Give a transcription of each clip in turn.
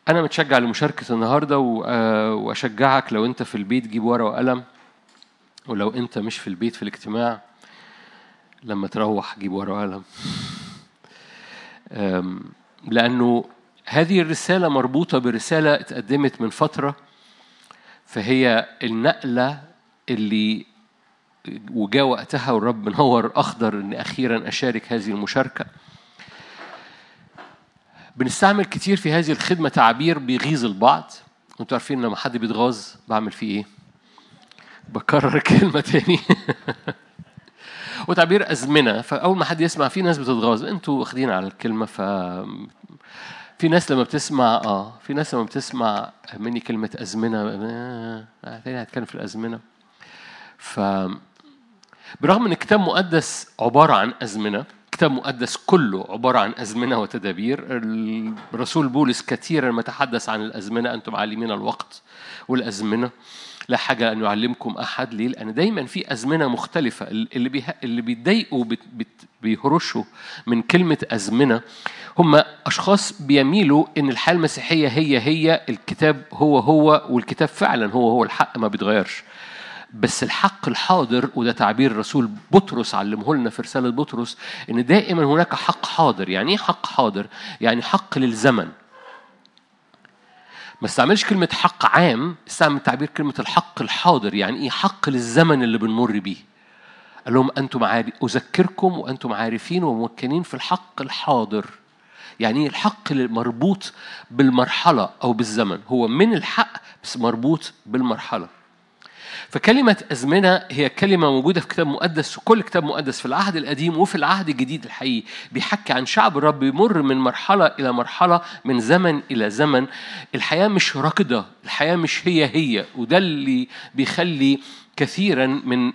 أنا متشجع لمشاركة النهاردة وأشجعك لو أنت في البيت جيب ورقة وقلم، ولو أنت مش في البيت في الاجتماع لما تروح جيب ورقة وقلم. لأنه هذه الرسالة مربوطة برسالة اتقدمت من فترة، فهي النقلة اللي وجاء وقتها والرب منور أخضر إن أخيرا أشارك هذه المشاركة. بنستعمل كتير في هذه الخدمة تعبير بيغيظ البعض. انتوا عارفين لما حد بيتغاظ بعمل فيه ايه؟ بكرر كلمة تاني. وتعبير أزمنة، فأول ما حد يسمع في ناس بتتغاظ، انتوا واخدين على الكلمة. في ناس لما بتسمع في ناس لما بتسمع مني كلمة أزمنة تاني هتكلم في الأزمنة. برغم ان كتاب مقدس عبارة عن أزمنة، كتاب مقدس كله عبارة عن أزمنة وتدابير. الرسول بولس كثيرا ما تحدث عن الأزمنة، أنتم عالمين الوقت والأزمنة لا حاجة أن يعلمكم أحد. ليه؟ لأن دايما في أزمنة مختلفة. اللي بيتضايقوا بيهرشوا من كلمة أزمنة هم أشخاص بيميلوا إن الحياة المسيحية هي الكتاب هو والكتاب فعلا هو الحق ما بيتغيرش. بس الحق الحاضر، وده تعبير الرسول بطرس علمه لنا في رسالة بطرس، إن دائما هناك حق حاضر. يعني إيه حق حاضر؟ يعني حق للزمن. ما استعملش كلمة حق عام، استعمل تعبير كلمة الحق الحاضر. يعني إيه حق للزمن اللي بنمر بيه؟ قال لهم أنتم أذكركم وأنتم عارفين وممكنين في الحق الحاضر. يعني الحق المربوط بالمرحلة أو بالزمن، هو من الحق بس مربوط بالمرحلة. فكلمة أزمنة هي كلمة موجودة في كتاب مقدس، وكل كتاب مقدس في العهد القديم وفي العهد الجديد الحقيقي بيحكي عن شعب الرب يمر من مرحلة إلى مرحلة، من زمن إلى زمن. الحياة مش راكدة، الحياة مش هي، وده اللي بيخلي كثيرا من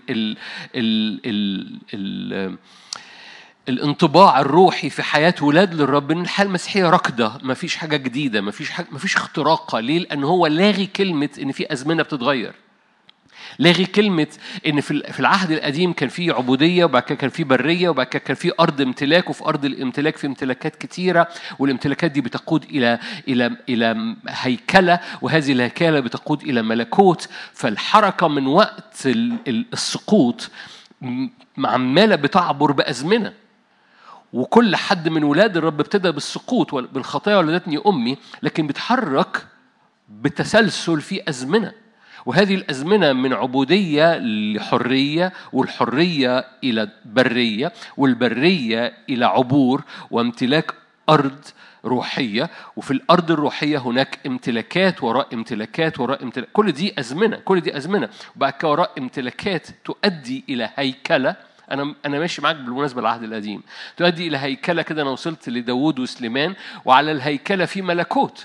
الانطباع الروحي في حياة ولاد للرب إن الحياة المسيحية راكدة، مفيش حاجة جديدة، مفيش اختراقة. ليه؟ لأن هو لاغي كلمة إن في أزمنة بتتغير، لاغي كلمة إن في العهد القديم كان في عبودية، وبعد كده كان في برية، وبعد كده كان في أرض امتلاك، وفي أرض الامتلاك في امتلاكات كتيرة، والامتلاكات دي بتقود إلى هيكلة، وهذه الهيكلة بتقود إلى ملكوت. فالحركة من وقت السقوط عمالة بتعبر بأزمنة، وكل حد من ولاد الرب ابتدى بالسقوط بالخطايا ولدتني أمي، لكن بتحرك بتسلسل في أزمنة. وهذه الأزمنة من عبودية لحرية، والحرية إلى برية، والبرية إلى عبور وامتلاك أرض روحية. وفي الأرض الروحية هناك امتلاكات وراء امتلاكات وراء امتلاكات. كل دي أزمنة. وبعد كده وراء امتلاكات تؤدي إلى هيكلة. أنا ماشي معاك بالمناسبة العهد القديم، تؤدي إلى هيكلة كده. أنا وصلت لداود وسليمان، وعلى الهيكلة في ملكوت.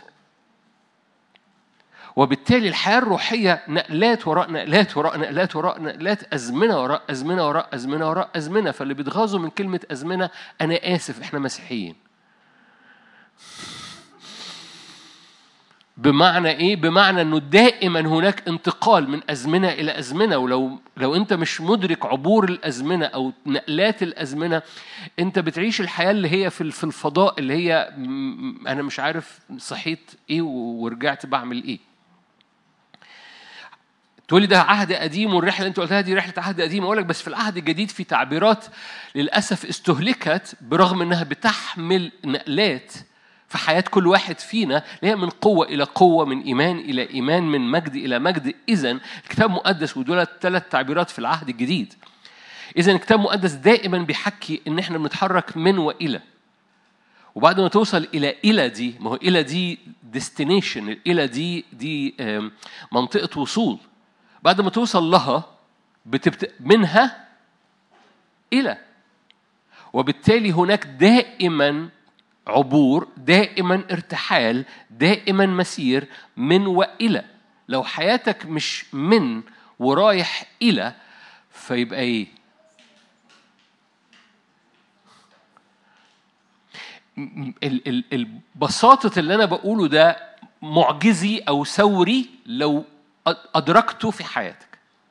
وبالتالي الحياة الروحية نقلات وراء نقلات وراء نقلات وراء نقلات، أزمنة وراء أزمنة وراء أزمنة وراء أزمنة. فاللي بيتغاظوا من كلمة أزمنة، أنا آسف، إحنا مسيحيين. بمعنى إيه؟ بمعنى أنه دائما هناك انتقال من أزمنة إلى أزمنة. ولو أنت مش مدرك عبور الأزمنة أو نقلات الأزمنة، أنت بتعيش الحياة اللي هي في الفضاء، اللي هي أنا مش عارف صحيت إيه ورجعت بعمل إيه. تقولي ده عهد قديم، والرحلة اللي أنت قلتها دي رحلة عهد قديم. أقولك بس في العهد الجديد في تعبيرات للأسف استهلكت برغم أنها بتحمل نقلات في حياة كل واحد فينا، هي من قوة إلى قوة، من إيمان إلى إيمان، من مجد إلى مجد. إذن الكتاب مقدس، ودول 3 تعبيرات في العهد الجديد. إذن الكتاب مقدس دائما بيحكي إن إحنا بنتحرك من وإلى. وبعد ما توصل إلى دي، ما هو إلى دي destination، إلى دي منطقة وصول. بعد ما توصل لها منها إلى، وبالتالي هناك دائما عبور، دائما ارتحال، دائما مسير من وإلى. لو حياتك مش من ورايح إلى، فيبقى إيه؟ البساطة اللي أنا بقوله ده معجزي أو ثوري لو أدركته في حياتك.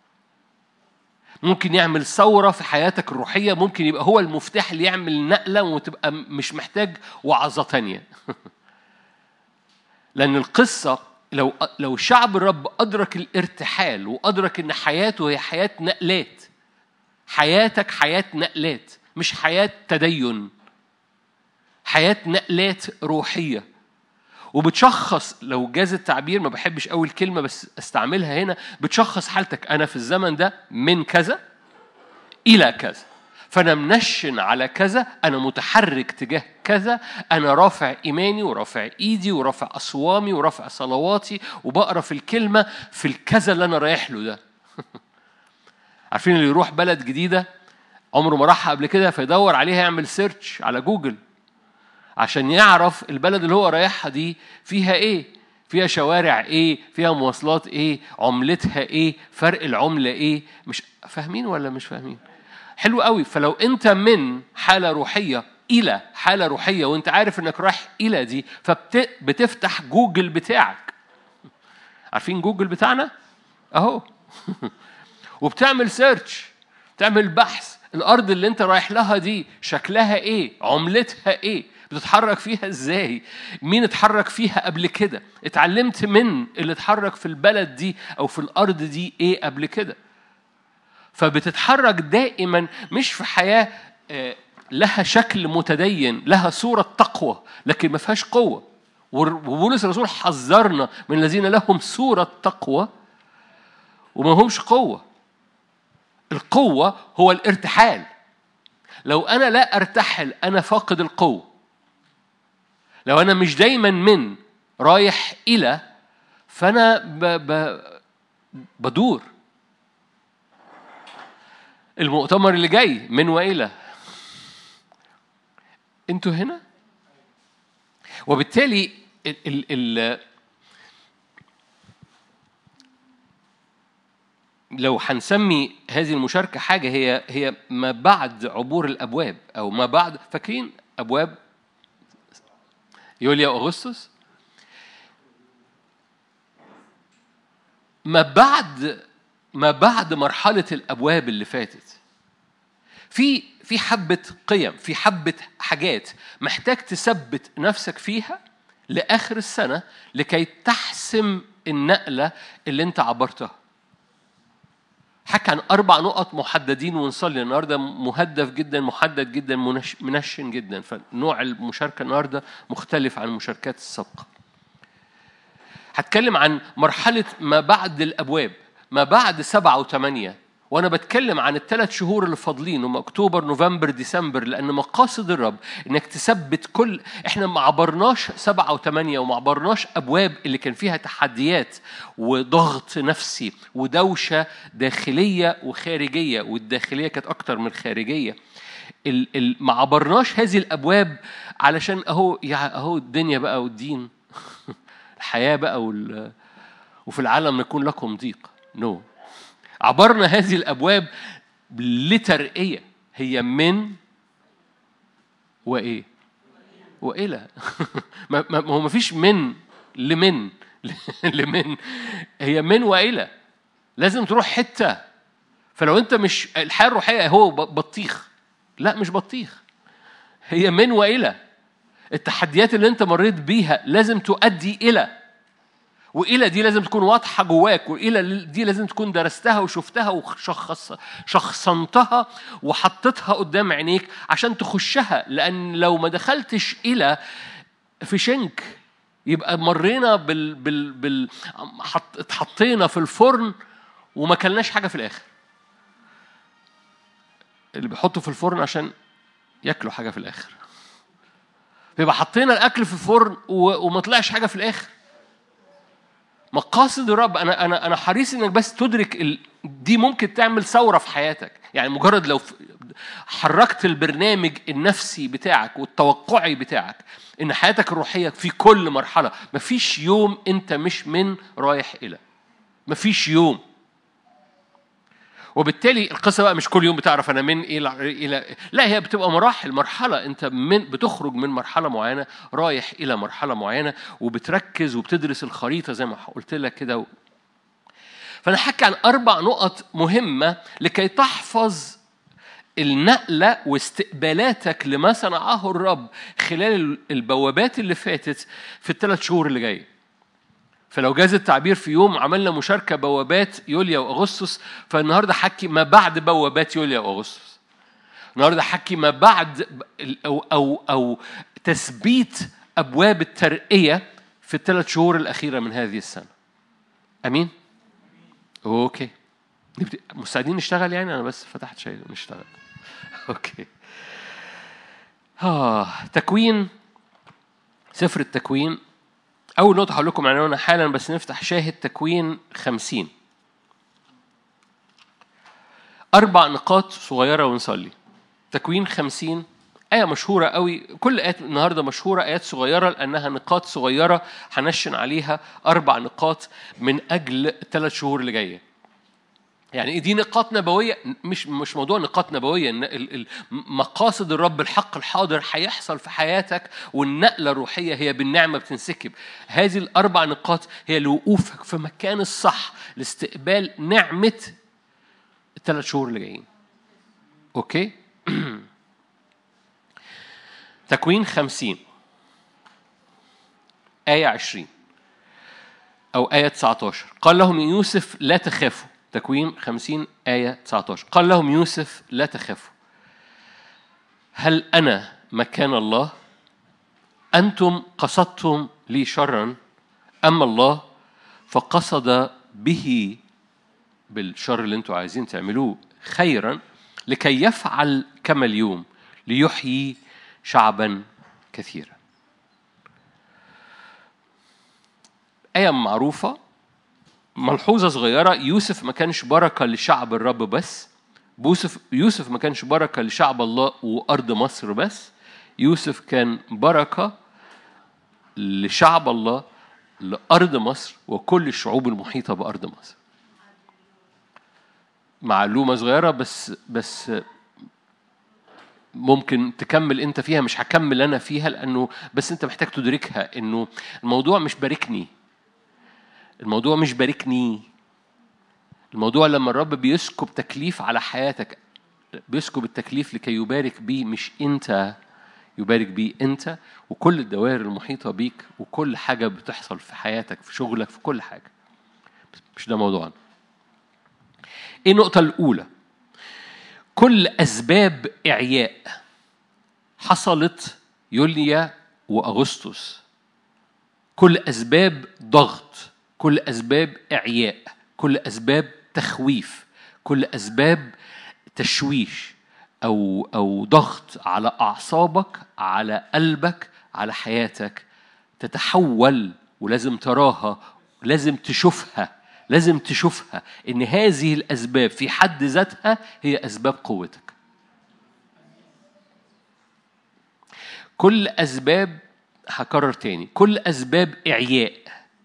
ممكن يعمل ثورة في حياتك الروحية، ممكن يبقى هو المفتاح اللي يعمل نقلة وتبقى مش محتاج وعظة تانية. لأن القصة لو شعب الرب أدرك الارتحال وأدرك إن حياته هي حياة نقلات. حياتك حياة نقلات، مش حياة تدين، حياة نقلات روحية. وبتشخص، لو جاز التعبير، ما بحبش أول كلمة بس استعملها هنا، بتشخص حالتك. أنا في الزمن ده من كذا إلى كذا، فأنا منشن على كذا، أنا متحرك تجاه كذا، أنا رافع إيماني ورافع إيدي ورافع أصوامي ورافع صلواتي وبقرأ في الكلمة في الكذا اللي أنا رايح له ده. عارفين اللي يروح بلد جديدة عمره ما راحها قبل كده، فيدور عليها، يعمل سيرش على جوجل عشان يعرف البلد اللي هو رايحها دي فيها إيه، فيها شوارع إيه، فيها مواصلات إيه، عملتها إيه، فرق العملة إيه. مش فاهمين ولا مش فاهمين؟ حلو قوي. فلو أنت من حالة روحية إلى حالة روحية وأنت عارف أنك رايح إلى دي، فبتفتح جوجل بتاعك. عارفين جوجل بتاعنا؟ أهو. وبتعمل سيرش، تعمل بحث، الأرض اللي أنت رايح لها دي شكلها إيه، عملتها إيه، بتتحرك فيها إزاي، مين اتحرك فيها قبل كده، اتعلمت من اللي اتحرك في البلد دي أو في الأرض دي إيه قبل كده. فبتتحرك دائما مش في حياة لها شكل متدين، لها صورة تقوى لكن ما فيهاش قوة. وبولس الرسول حذرنا من الذين لهم صورة تقوى وما همش قوة. القوة هو الارتحال. لو أنا لا أرتحل أنا فاقد القوة. لو أنا مش دايما من رايح إلى، فأنا بدور. المؤتمر اللي جاي من وإلى، أنتوا هنا. وبالتالي لو هنسمي هذه المشاركة حاجة، هي ما بعد عبور الأبواب، أو ما بعد، فاكرين أبواب يوليا وأغسطس؟ ما بعد مرحلة الأبواب اللي فاتت، في حبة قيم، في حبة حاجات محتاج تثبت نفسك فيها لآخر السنة لكي تحسم النقلة اللي انت عبرتها. حكى عن 4 نقط محددين، ونصلي النهاردة مهدف جدا، محدد جدا، منشن جدا. فنوع المشاركة النهاردة مختلف عن المشاركات السابقة. هتكلم عن مرحلة ما بعد الأبواب، ما بعد 7 و8. وأنا بتكلم عن ال3 شهور اللي فاضلين، هم أكتوبر نوفمبر ديسمبر، لأن مقاصد الرب إنك تثبت إحنا ما عبرناش 7 و8 وما عبرناش أبواب اللي كان فيها تحديات وضغط نفسي ودوشة داخلية وخارجية، والداخلية كانت أكتر من خارجية. ما عبرناش هذه الأبواب علشان أهو الدنيا بقى والدين الحياة بقى وفي العالم نكون لكم ضيق. عبرنا هذه الأبواب لترقية، هي من وإيه وإلى. هو ما فيش من لمن لمن، هي من وإلى. لازم تروح حتة. فلو أنت مش الحياة الروحية هو بطيخ، لا مش بطيخ، هي من وإلى. التحديات اللي أنت مريت بيها لازم تؤدي إلى، وإلى دي لازم تكون واضحة جواك، وإلى دي لازم تكون درستها وشفتها وشخصنتها وحطتها قدام عينيك عشان تخشها. لأن لو ما دخلتش إلى في شنك يبقى مرينا اتحطينا في الفرن وما كلناش حاجة في الآخر. اللي بيحطوا في الفرن عشان يأكلوا حاجة في الآخر، بيبقى حطينا الأكل في الفرن وما طلعش حاجة في الآخر. مقاصد الرب، أنا حريص إنك بس تدرك دي ممكن تعمل ثورة في حياتك. يعني مجرد لو حركت البرنامج النفسي بتاعك والتوقعي بتاعك إن حياتك الروحية في كل مرحلة، مفيش يوم أنت مش من رايح إلى، مفيش يوم. وبالتالي القصة بقى مش كل يوم بتعرف أنا من إلى، لا، هي بتبقى مراحل، مرحلة أنت بتخرج من مرحلة معينة رايح إلى مرحلة معينة، وبتركز وبتدرس الخريطة زي ما قلت لك كده. فأنا حكي عن 4 نقط مهمة لكي تحفظ النقلة واستقبالاتك لما صنعه الرب خلال البوابات اللي فاتت في ال3 شهور اللي جاي. فلو جاز التعبير في يوم عملنا مشاركة بوابات يوليا وأغسطس، فالنهاردة حكي ما بعد بوابات يوليا وأغسطس. النهاردة حكي ما بعد أو تثبيت أبواب الترقية في ال3 شهور الأخيرة من هذه السنة. أمين؟ أوكي، مستعدين نشتغل يعني؟ أنا بس فتحت شيء نشتغل. أوكي. تكوين، سفر التكوين. أول نقطة هقول لكم عنوانها حالا، بس نفتح شاهد تكوين 50. 4 نقاط صغيرة ونصلي. تكوين 50 آية مشهورة قوي، كل آيات النهاردة مشهورة، آيات صغيرة لأنها نقاط صغيرة هنشن عليها 4 نقاط من أجل ال3 شهور اللي جاية. يعني دي نقاط نبوية، مش موضوع نقاط نبوية. مقاصد الرب الحق الحاضر هيحصل في حياتك، والنقلة الروحية هي بالنعمة بتنسكب. هذه ال4 نقاط هي لوقوفك في مكان الصح لاستقبال نعمة ال3 شهور اللي جايين. أوكي. تكوين 50 آية 20 أو آية 19. قال لهم يوسف لا تخافوا. تكوين 50 آية 19. قال لهم يوسف لا تخافوا، هل أنا مكان الله؟ أنتم قصدتم لي شرا، أما الله فقصد به، بالشر اللي أنتم عايزين تعملوه، خيرا، لكي يفعل كما اليوم، ليحيي شعبا كثيرا. آية معروفة. ملحوظة صغيرة، يوسف ما كانش بركة لشعب الرب بس، يوسف ما كانش بركة لشعب الله وأرض مصر بس، يوسف كان بركة لشعب الله، لأرض مصر وكل الشعوب المحيطة بأرض مصر. معلومة صغيرة بس ممكن تكمل انت فيها، مش هكمل انا فيها لانه بس انت محتاج تدركها انه الموضوع مش باركني. الموضوع مش باركني. الموضوع لما الرب بيسكب تكليف على حياتك، بيسكب التكليف لكي يبارك بيه، مش انت يبارك بيه انت وكل الدوائر المحيطة بيك وكل حاجة بتحصل في حياتك، في شغلك، في كل حاجة. مش ده موضوعنا. ايه النقطة الأولى؟ كل أسباب إعياء حصلت يوليا وأغسطس، كل أسباب ضغط، كل أسباب إعياء، كل أسباب تخويف، كل أسباب تشويش أو ضغط على أعصابك، على قلبك، على حياتك، تتحول. ولازم تراها، لازم تشوفها إن هذه الأسباب في حد ذاتها هي أسباب قوتك. كل أسباب، هكرر تاني، كل أسباب إعياء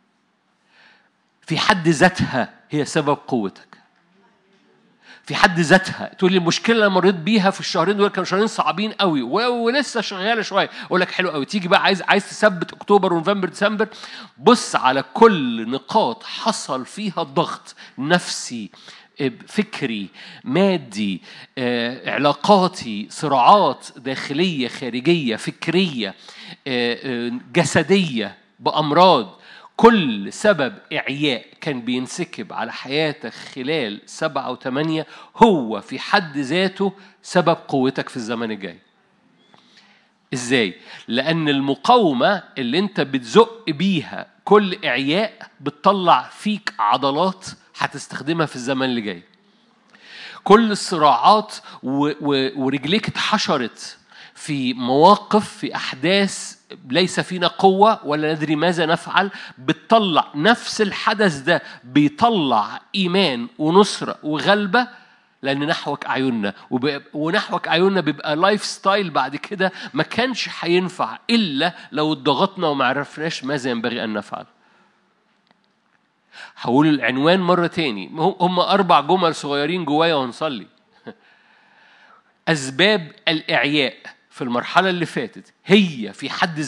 في حد ذاتها هي سبب قوتك. في حد ذاتها. تقول لي المشكلة اللي مريت بيها في الشهرين دول كانوا شهرين صعبين قوي ولسه شغالة شوية. أقول لك حلو قوي، تيجي بقى عايز تثبت أكتوبر ونوفمبر ديسمبر، بص على كل نقاط حصل فيها ضغط نفسي، فكري، مادي، علاقاتي، صراعات داخلية خارجية، فكرية، جسدية، بأمراض. كل سبب إعياء كان بينسكب على حياتك خلال 7 و8 هو في حد ذاته سبب قوتك في الزمن الجاي. إزاي؟ لأن المقاومة اللي أنت بتزق بيها كل إعياء بتطلع فيك عضلات هتستخدمها في الزمن اللي جاي. كل الصراعات ورجليك اتحشرت في مواقف، في أحداث ليس فينا قوة ولا ندري ماذا نفعل، بتطلع نفس الحدث ده، بيطلع إيمان ونصرة وغلبة، لأن نحوك أعيننا، ونحوك أعيننا بيبقى لايف ستايل بعد كده ما كانش هينفع إلا لو اتضغطنا وما عرفناش ماذا ينبغي أن نفعل. هقول العنوان مرة تاني، هم 4 جمل صغيرين جوايا ونصلي. أسباب الإعياء في المرحلة اللي فاتت هي في حد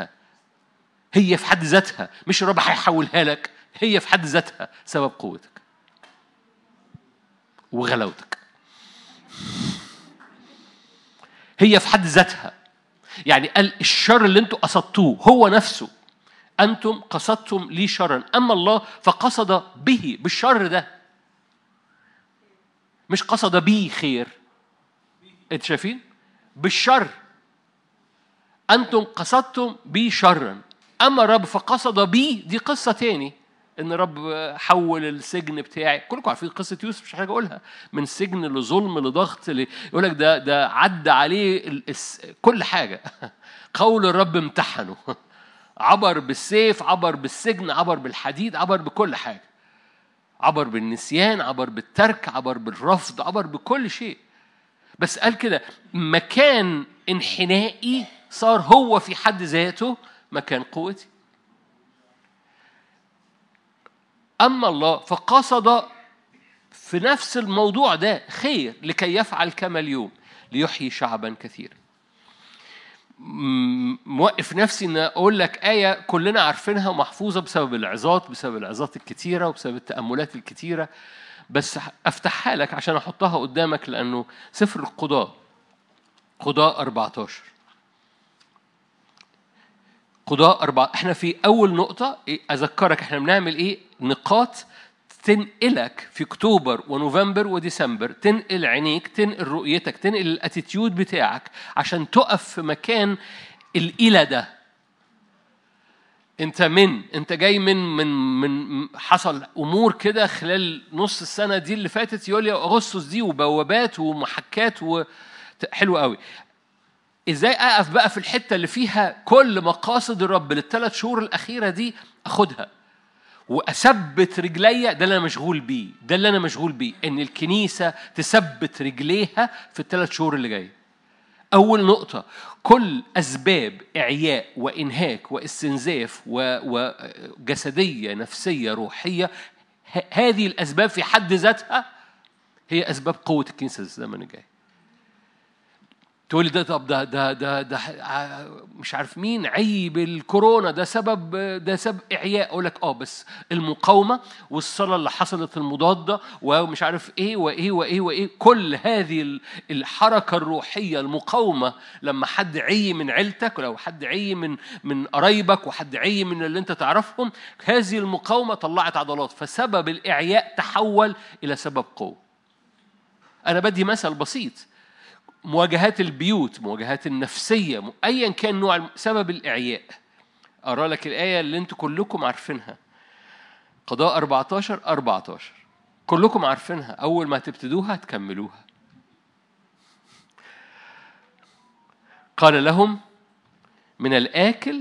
ذاتها، مش الرب هيحولها لك، هي في حد ذاتها سبب قوتك وغلاوتك. هي في حد ذاتها. يعني قال الشر اللي انتوا قصدتوه هو نفسه أنتم قصدتم لي شرا، أما الله فقصد به، بالشر ده، مش قصد بي خير. أنت شايفين؟ بالشر. أنتم قصدتم بي شرا، أما الرب فقصد بي. دي قصة تاني، إن الرب حول السجن بتاعي. كلكم عارفين قصة يوسف، مش حاجة أقولها، من سجن لظلم لضغط يقول لك ده عدى عليه كل حاجة. قول الرب امتحنه. عبر بالسيف، عبر بالسجن، عبر بالحديد، عبر بكل حاجة، عبر بالنسيان، عبر بالترك، عبر بالرفض، عبر بكل شيء. بس قال كده مكان انحنائي صار هو في حد ذاته مكان قوتي. أما الله فقصد في نفس الموضوع ده خير لكي يفعل كما اليوم ليحيي شعبا كثيرا. موقف نفسي ان اقول لك آية كلنا عارفينها ومحفوظة بسبب العظات الكتيرة وبسبب التأملات الكتيرة، بس افتحها لك عشان احطها قدامك، لانه سفر القضاء، قضاء 14. قضاء 4. احنا في اول نقطة اذكرك احنا بنعمل ايه، نقاط تنقلك في اكتوبر ونوفمبر وديسمبر، تنقل عينيك، تنقل رؤيتك، تنقل الاتيتيود بتاعك عشان تقف في مكان الإله ده. انت جاي من حصل امور كده خلال نص السنه دي اللي فاتت، يوليو واغسطس دي، وبوابات ومحكات حلو قوي. ازاي اقف بقى في الحته اللي فيها كل مقاصد الرب للثلاث شهور الاخيره دي، اخدها واثبت رجليا. ده اللي انا مشغول بيه، ان الكنيسه تثبت رجليها في الثلاث شهور اللي جايه. أول نقطة، كل أسباب إعياء وإنهاك واستنزاف وجسدية نفسية روحية، هذه الأسباب في حد ذاتها هي أسباب قوة الكنيسة الزمن الجاي. تقولي ده طب ده مش عارف مين عيب الكورونا، ده سبب إعياء. أقول لك بس المقاومة والصلاة اللي حصلت المضادة ومش عارف إيه وإيه وإيه وإيه، كل هذه الحركة الروحية المقاومة. لما حد عي من عيلتك، ولو حد عي من قرايبك، وحد عي من اللي أنت تعرفهم، هذه المقاومة طلعت عضلات، فسبب الإعياء تحول إلى سبب قوة. أنا بدي مثل بسيط، مواجهات البيوت، مواجهات النفسية، أيا كان نوع سبب الإعياء. أرى لك الآية اللي أنتم كلكم عارفينها، قضاء 14 كلكم عارفينها، أول ما تبتدوها تكملوها. قال لهم من الآكل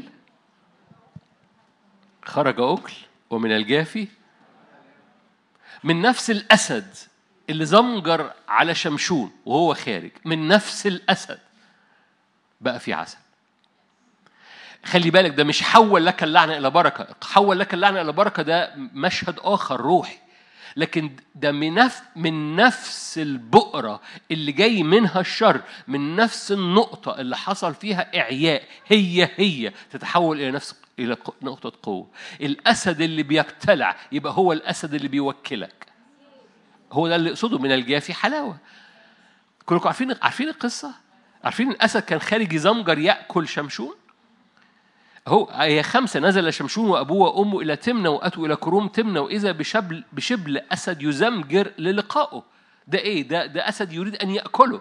خرج أكل، ومن الجافي، من نفس الأسد اللي زمجر على شمشون وهو خارج، من نفس الأسد بقى في عسل. خلي بالك، ده مش حول لك اللعنة إلى بركة. حول لك اللعنة إلى بركة ده مشهد آخر روحي، لكن ده من نفس البؤرة اللي جاي منها الشر، من نفس النقطة اللي حصل فيها إعياء، هي تتحول إلى نقطة قوة. الأسد اللي بيبتلع يبقى هو الأسد اللي بيوكلك. هو ده اللي يقصده من الجافي حلاوة. كلكم عارفين القصة؟ عارفين الأسد كان خارج يزمجر يأكل شمشون؟ هي 5 نزل شمشون وأبوه وأمه إلى تمنة، وأتوا إلى كروم تمنة، وإذا بشبل أسد يزمجر للقائه. ده إيه؟ ده أسد يريد أن يأكله.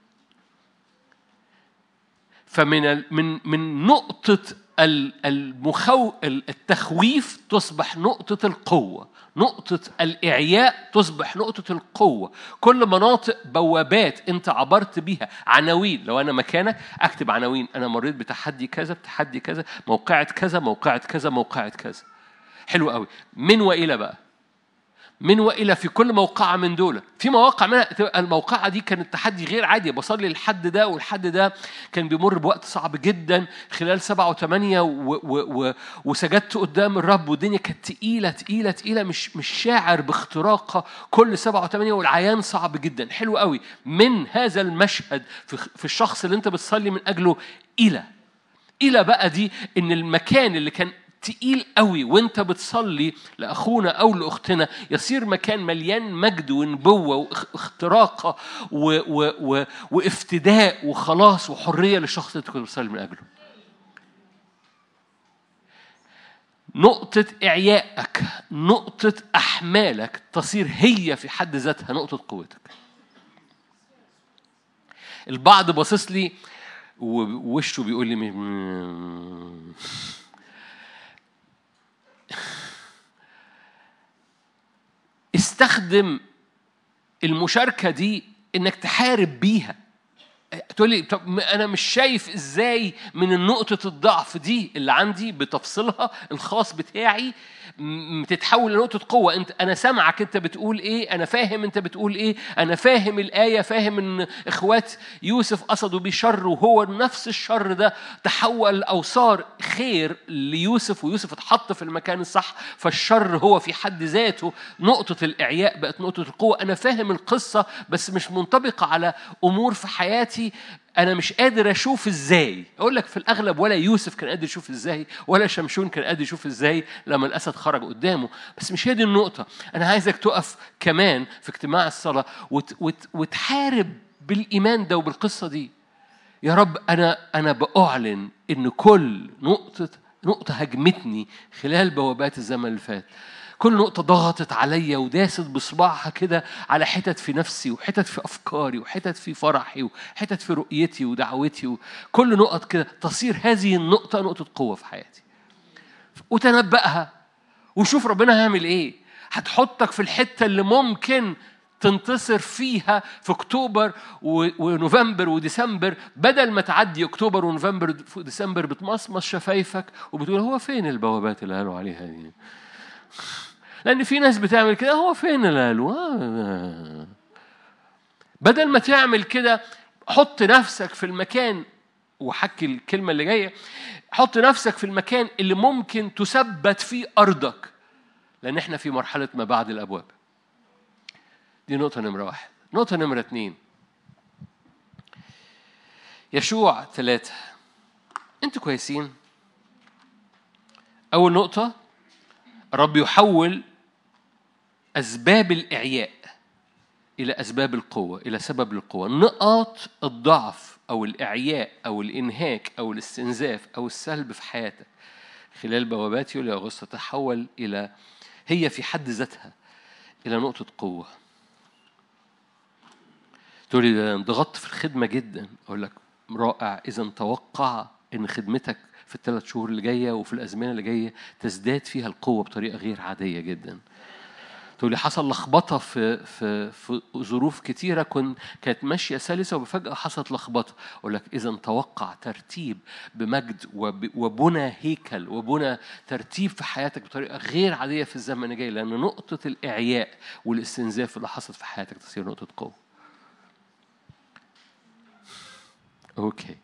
من نقطة التخويف تصبح نقطة القوة، نقطة الإعياء تصبح نقطة القوة. كل مناطق بوابات أنت عبرت بيها، عناوين. لو أنا مكانك أكتب عناوين: أنا مريت بتحدي كذا، بتحدي كذا، موقعة كذا، موقعة كذا، موقعة كذا. حلو قوي. من وإلى بقى، من وإلى في كل موقعة من دول، في مواقع منها الموقعة دي كانت تحدي غير عادي. بصلي للحد ده، والحد ده كان بيمر بوقت صعب جدا خلال 7 و8، وسجدت قدام الرب، والدنيا كانت تقيلة، مش شاعر باختراقها كل 7 و8، والعيان صعب جدا. حلو قوي. من هذا المشهد في الشخص اللي انت بتصلي من أجله إلى بقى دي، إن المكان اللي كان تقيل قوي وانت بتصلي لأخونا أو لأختنا يصير مكان مليان مجد ونبوة واختراقة وافتداء وخلاص وحرية للشخص اللي كنت بتصلي من أجله. نقطة إعيائك، نقطة أحمالك تصير هي في حد ذاتها نقطة قوتك. البعض باصص لي ووشه بيقول لي استخدم المشاركة دي إنك تحارب بيها. تقول لي طب أنا مش شايف إزاي من النقطة الضعف دي اللي عندي بتفصلها الخاص بتاعي تتحول لنقطة قوة. أنا سامعك أنت بتقول إيه، أنا فاهم أنت بتقول إيه، أنا فاهم الآية، فاهم إن إخوات يوسف قصدوا بيه شر، وهو نفس الشر ده تحول أو صار خير ليوسف، ويوسف اتحط في المكان الصح، فالشر هو في حد ذاته نقطة الإعياء بقت نقطة القوة. أنا فاهم القصة بس مش منطبقة على أمور في حياتي أنا مش قادر أشوف إزاي. أقول لك في الأغلب ولا يوسف كان قادر يشوف إزاي، ولا شمشون كان قادر يشوف إزاي لما الأسد خرج قدامه. بس مش هي دي النقطة. أنا عايزك تقف كمان في اجتماع الصلاة وتحارب بالإيمان ده وبالقصة دي. يا رب أنا بأعلن إن كل نقطة هجمتني خلال بوابات الزمن اللي فات، كل نقطة ضغطت عليا وداست بصباعها كده على حتت في نفسي وحتت في أفكاري وحتت في فرحي وحتت في رؤيتي ودعوتي، كل نقط كده تصير هذه النقطة نقطة قوة في حياتي. وتنبأها وشوف ربنا هيعمل إيه. هتحطك في الحتة اللي ممكن تنتصر فيها في أكتوبر ونوفمبر وديسمبر، بدل ما تعدي أكتوبر ونوفمبر وديسمبر بتمصمص شفايفك وبتقول هو فين البوابات اللي قالوا عليها دي. لأن في ناس بتعمل كده، هو فين اللي قالوا. بدل ما تعمل كده حط نفسك في المكان، وحكي الكلمة اللي جاية، حط نفسك في المكان اللي ممكن تثبت فيه أرضك، لأن احنا في مرحلة ما بعد الأبواب. دي نقطة نمرة 1. نقطة نمرة 2 يشوع 3. أنتوا كويسين؟ أول نقطة، الرب يحول أسباب الإعياء إلى أسباب القوة، إلى سبب القوة. نقاط الضعف أو الإعياء أو الإنهاك أو الاستنزاف أو السلب في حياتك خلال بوابات يوليو أغسطس تتحول إلى هي في حد ذاتها إلى نقطة قوة. تقولي ده انضغطت في الخدمة جدا، أقول لك رائع. إذا توقع إن خدمتك في ال3 شهور اللي جاية وفي الأزمنة اللي جاية تزداد فيها القوة بطريقة غير عادية جدا. تقولي حصل لخبطة في ظروف كتيرة كانت ماشية سلسة وبفجأة حصلت لخبطة. أقول لك إذا توقع ترتيب بمجد وبنى هيكل وبنى ترتيب في حياتك بطريقة غير عادية في الزمن الجاي، لأن نقطة الإعياء والاستنزاف اللي حصلت في حياتك تصير نقطة قوة. أوكي،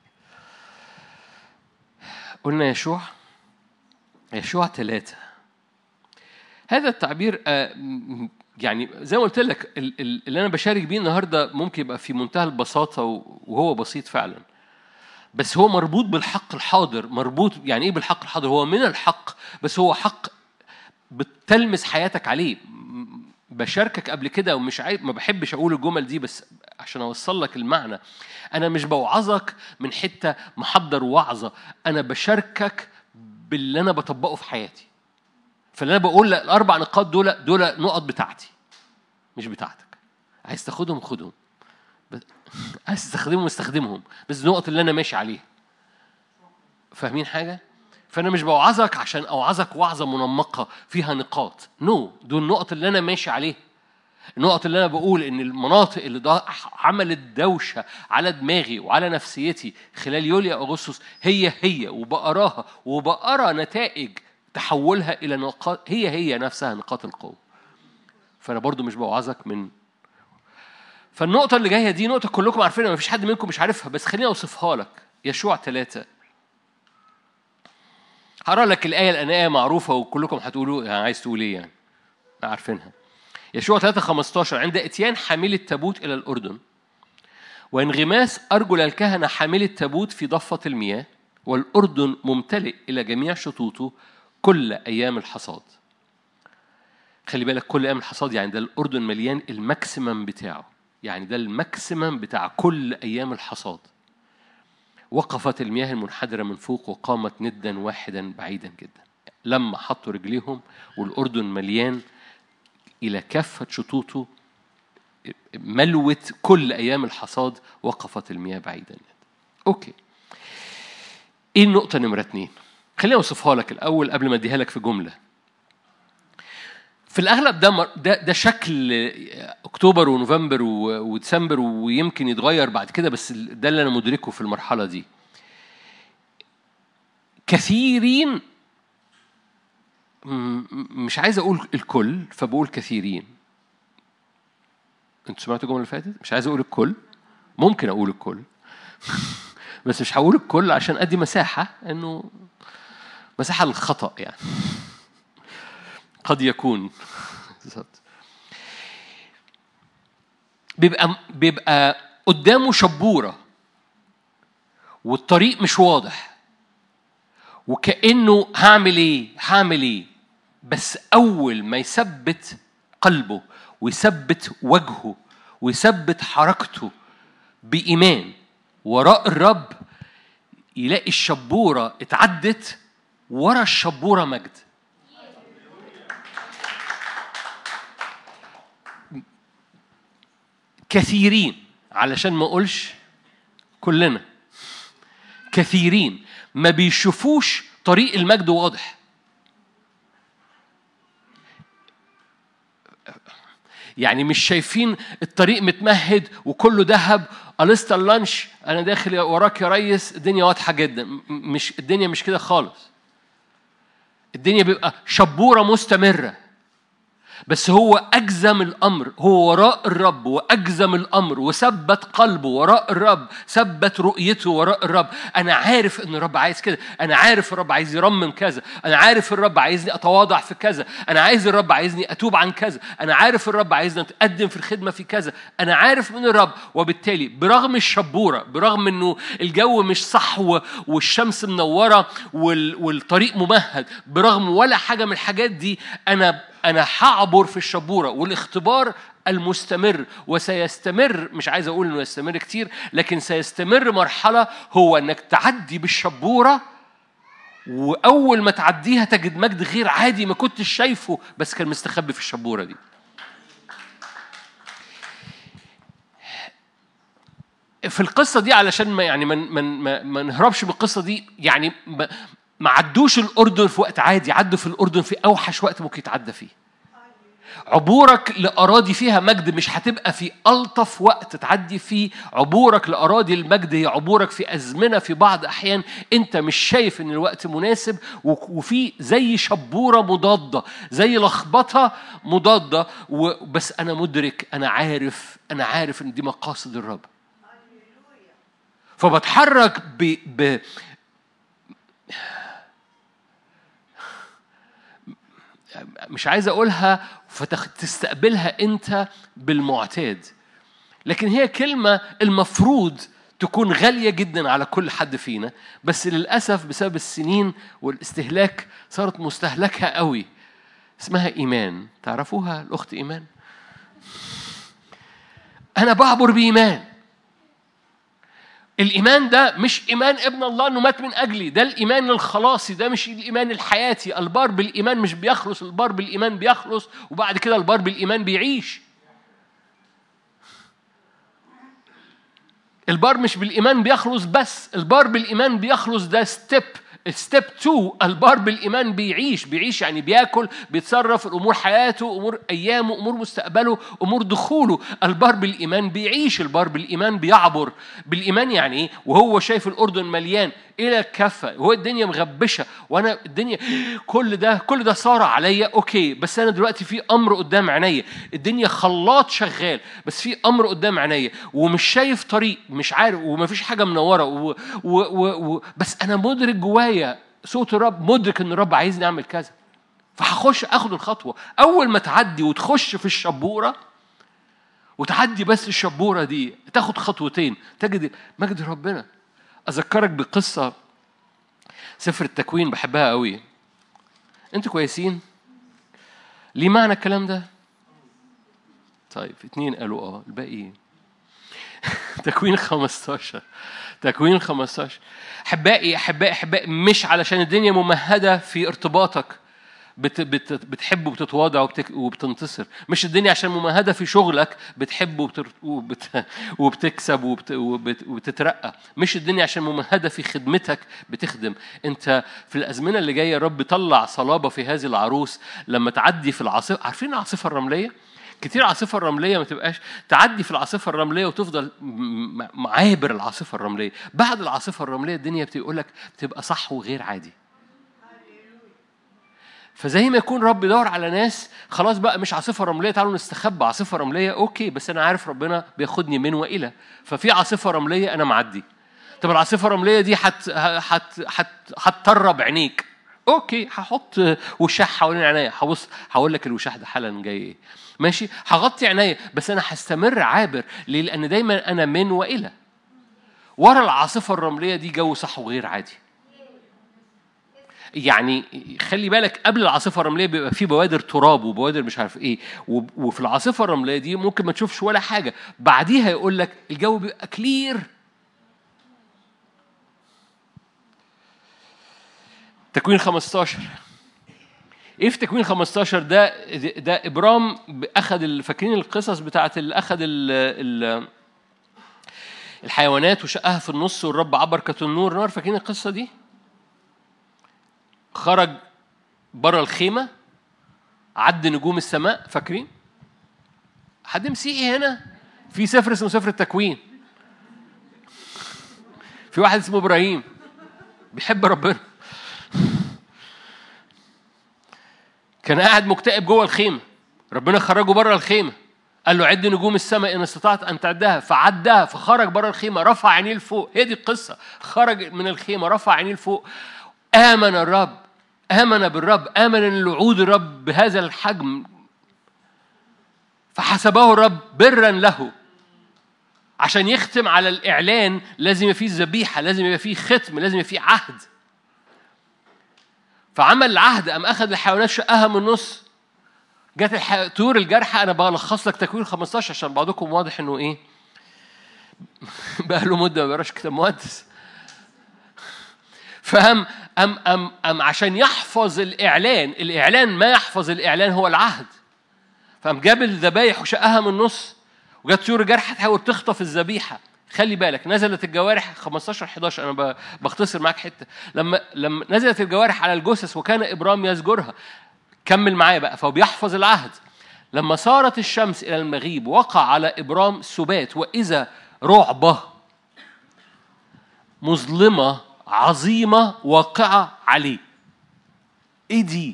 قلنا يشوع 3. هذا التعبير يعني زي ما قلت لك اللي أنا بشارك بيه النهاردة ممكن يبقى في منتهى البساطة وهو بسيط فعلا، بس هو مربوط بالحق الحاضر. مربوط يعني إيه بالحق الحاضر؟ هو من الحق، بس هو حق بتلمس حياتك عليه. بشاركك قبل كده ومش عايز، ما بحبش أقول الجمل دي بس عشان أوصل لك المعنى. أنا مش بوعظك من حتة محضر وعظة، أنا بشاركك باللي أنا بطبقه في حياتي. فاللي أنا بقول لك ال4 نقاط دول نقط بتاعتي مش بتاعتك. عايز تاخدهم خدهم، عايز تستخدمهم استخدمهم، بس النقط اللي أنا ماشي عليها. فاهمين حاجة؟ فأنا مش بوعظك عشان أوعظك وعظة منمقة فيها نقاط. دول النقط اللي أنا ماشي عليها. النقط اللي أنا بقول إن المناطق اللي عملت دوشة على دماغي وعلى نفسيتي خلال يوليو أغسطس هي وبقرا نتائج تحولها إلى نقاط هي نفسها نقاط القوة. فأنا برضو مش بوعظك من. فالنقطة اللي جاية دي نقطة كلكم عارفينها، ما فيش حد منكم مش عارفها، بس خليني أوصفها لك. يشوع 3. هقرأ لك الآية لأن آية معروفة وكلكم هتقولوا يعني عايز تقول إيه يعني عارفينها. يشوع 3:15 عند إتيان حامل التابوت إلى الأردن وانغماس أرجل الكهنة حامل التابوت في ضفة المياه والأردن ممتلئ إلى جميع شطوطه كل أيام الحصاد. خلي بالك كل أيام الحصاد يعني ده الأردن مليان الماكسيمم بتاعه، يعني ده الماكسيمم بتاع كل أيام الحصاد. وقفت المياه المنحدرة من فوق وقامت ندا واحدا بعيدا جدا. لما حطوا رجليهم والأردن مليان إلى كافة شطوطه، ملوت كل أيام الحصاد، وقفت المياه بعيدا. أوكي، إيه النقطة نمرة 2؟ خليني أوصفها لك الأول قبل ما أديها لك في جملة. في الأغلب ده شكل أكتوبر ونوفمبر وديسمبر، ويمكن يتغير بعد كده، بس ده اللي أنا مدركه في المرحلة دي. كثيرين، مش عايز أقول الكل فبقول كثيرين. أنتوا سمعتوا الجملة اللي فاتت؟ مش عايز أقول الكل، ممكن أقول الكل بس مش هقول الكل عشان أدي مساحة، إنه مساحة للخطأ يعني قد يكون. بيبقى قدامه شبورة والطريق مش واضح، وكأنه هعمل ايه، بس أول ما يثبت قلبه ويثبت وجهه ويثبت حركته بإيمان وراء الرب، يلاقي الشبورة اتعدت، ورا الشبورة مجد. كثيرين، علشان ما أقولش كلنا، كثيرين ما بيشوفوش طريق المجد واضح. يعني مش شايفين الطريق متمهد وكله ذهب، قلصت اللانش أنا داخل وراك يا ريس، الدنيا واضحة جدا. مش الدنيا مش كده خالص. الدنيا بيبقى شبورة مستمرة، بس هو أجزم الأمر، هو وراء الرب وأجزم الأمر وثبت قلبه وراء الرب، ثبت رؤيته وراء الرب. أنا عارف إن الرب عايز كده، أنا عارف الرب عايز يرمم كذا، أنا عارف الرب عايزني أتواضع في كذا، أنا عايز الرب عايزني أتوب عن كذا، أنا عارف الرب عايزني أتقدم في الخدمة في كذا، أنا عارف من الرب. وبالتالي برغم الشبورة، برغم إنه الجو مش صح والشمس منورة والطريق ممهد، برغم ولا حاجة من الحاجات دي، أنا هعبر في الشبورة. والاختبار المستمر وسيستمر، مش عايز أقول إنه يستمر كتير، لكن سيستمر مرحلة، هو أنك تعدي بالشبورة، وأول ما تعديها تجد مجد غير عادي ما كنتش شايفه، بس كان مستخبي في الشبورة دي. في القصة دي علشان ما نهربش بالقصة دي، يعني ما عدوش الأردن في وقت عادي، عدوا في الأردن في أوحش وقت ممكن يتعدى فيه. عبورك لأراضي فيها مجد مش هتبقى في ألطف وقت تعدي فيه. عبورك لأراضي المجد هي عبورك في أزمنة في بعض أحيان أنت مش شايف إن الوقت مناسب، وفي زي شبورة مضادة، زي لخبطة مضادة، بس أنا مدرك، أنا عارف إن دي مقاصد الرب. فبتحرك مش عايز أقولها فتستقبلها أنت بالمعتاد، لكن هي كلمة المفروض تكون غالية جدا على كل حد فينا، بس للأسف بسبب السنين والاستهلاك صارت مستهلكة قوي. اسمها إيمان. تعرفوها الأخت إيمان؟ أنا بعبر بإيمان. الإيمان ده مش إيمان ابن الله أنه مات من أجلي، ده الإيمان الخلاصي، ده مش الإيمان الحياتي. البار بالإيمان مش بيخلص، البار بالإيمان بيخلص وبعد كده البار بالإيمان بيعيش. البار مش بالإيمان بيخلص بس، البار بالإيمان بيخلص، ده ستيب 2. البار بالإيمان بيعيش يعني بياكل، بيتصرف، الأمور حياته، أمور أيامه، أمور مستقبله، أمور دخوله. البار بالإيمان بيعيش، البار بالإيمان بيعبر. بالإيمان يعني إيه؟ وهو شايف الأردن مليان إلى الكفة، وهو الدنيا مغبشة، وأنا الدنيا كل ده صار عليا. أوكي، بس أنا دلوقتي في أمر قدام عينيا، الدنيا خلاط شغال، بس في أمر قدام عينيا ومش شايف طريق، مش عارف، ومفيش حاجة منورة بس أنا مدرك جوايا صوت الرب، مدرك إن الرب عايزني أعمل كذا، فهخش أخد الخطوة. أول ما تعدي وتخش في الشبورة وتعدي بس الشبورة دي، تاخد خطوتين تجد مجد ربنا. أذكرك بقصة سفر التكوين، بحبها قوي. أنتوا كويسين؟ ليه معنى الكلام ده؟ طيب 2 قالوا الباقي تكوين 15. تكوين 15. أحبائي مش علشان الدنيا ممهدة في ارتباطك بتحب وبتتواضع وبتنتصر. مش الدنيا عشان ممهدة في شغلك بتحب وبتكسب وبتترقى. مش الدنيا عشان ممهدة في خدمتك بتخدم. انت في الأزمنة اللي جاية رب طلع صلابة في هذه العروس لما تعدي في العاصفة. عارفين العاصفة الرملية؟ كتير عاصفة الرملية ما تبقاش تعدي في العاصفة الرملية وتفضل عابر العاصفة الرملية. بعد العاصفة الرملية الدنيا بتقولك بتبقى صح وغير عادي. فزي ما يكون رب يدور على ناس خلاص بقى مش عاصفة رملية تعالوا نستخبى. عاصفة رملية أوكي، بس أنا عارف ربنا بياخدني من وإلى. ففي عاصفة رملية أنا معدي. طب العاصفة الرملية دي هتطرب عينيك. أوكي، هحط وشاح حوالين عينيا. هبص هقول لك الوشاح ده حالا جاي إيه. ماشي، هغطي عينيا بس أنا هستمر عابر. ليه؟ لأن دايما أنا من وإلى. ورا العاصفة الرملية دي جو صح وغير عادي. يعني خلي بالك قبل العاصفة الرملية بيبقى في بوادر تراب وبوادر مش عارف ايه، وفي العاصفة الرملية دي ممكن ما تشوفش ولا حاجة. بعديها يقول لك الجو بيبقى كلير. تكوين 15. ايه في تكوين 15 ده إبرام أخذ فاكرين القصص بتاعت اللي أخذ الحيوانات وشقها في النص والرب عبر كتنور نار. فاكرين القصة دي؟ خرج برا الخيمة، عد نجوم السماء. فاكرين؟ حد مسيحي هنا؟ في سفر اسمه سفر التكوين. في واحد اسمه إبراهيم بيحب ربنا، كان قاعد مكتئب جوه الخيمة. ربنا خرجه برا الخيمة، قال له عد نجوم السماء إن استطعت أن تعدها. فعدها، فخرج برا الخيمة، رفع عينيه لفوق. هي دي القصة. خرج من الخيمة، رفع عينيه لفوق. آمن الرب، آمن بالرب، آمن أن الوعود الرب بهذا الحجم، فحسبه الرب برا له. عشان يختم على الإعلان لازم يبقى فيه ذبيحة، لازم يبقى فيه ختم، لازم يبقى فيه عهد. فعمل العهد، أم أخذ الحيوانات شقها من النص. جات الطيور الجارحة. أنا بلخص لك تكوين 15 عشان بعضكم واضح إنه إيه بقى له مدة ما بيقراش كتاب مقدس. فهم أم عشان يحفظ الإعلان ما يحفظ الإعلان هو العهد. فقام جاب الذبايح وشقها من النص، وجات طيور جارحة تحاول تخطف الذبيحة. خلي بالك نزلت الجوارح 15-11. أنا بختصر معاك حتة. لما نزلت الجوارح على الجثث وكان إبرام يزجرها. كمل معايا بقى. فهو بيحفظ العهد. لما صارت الشمس إلى المغيب وقع على إبرام سبات، وإذا رعبة مظلمة عظيمة واقعة عليه. إيه دي؟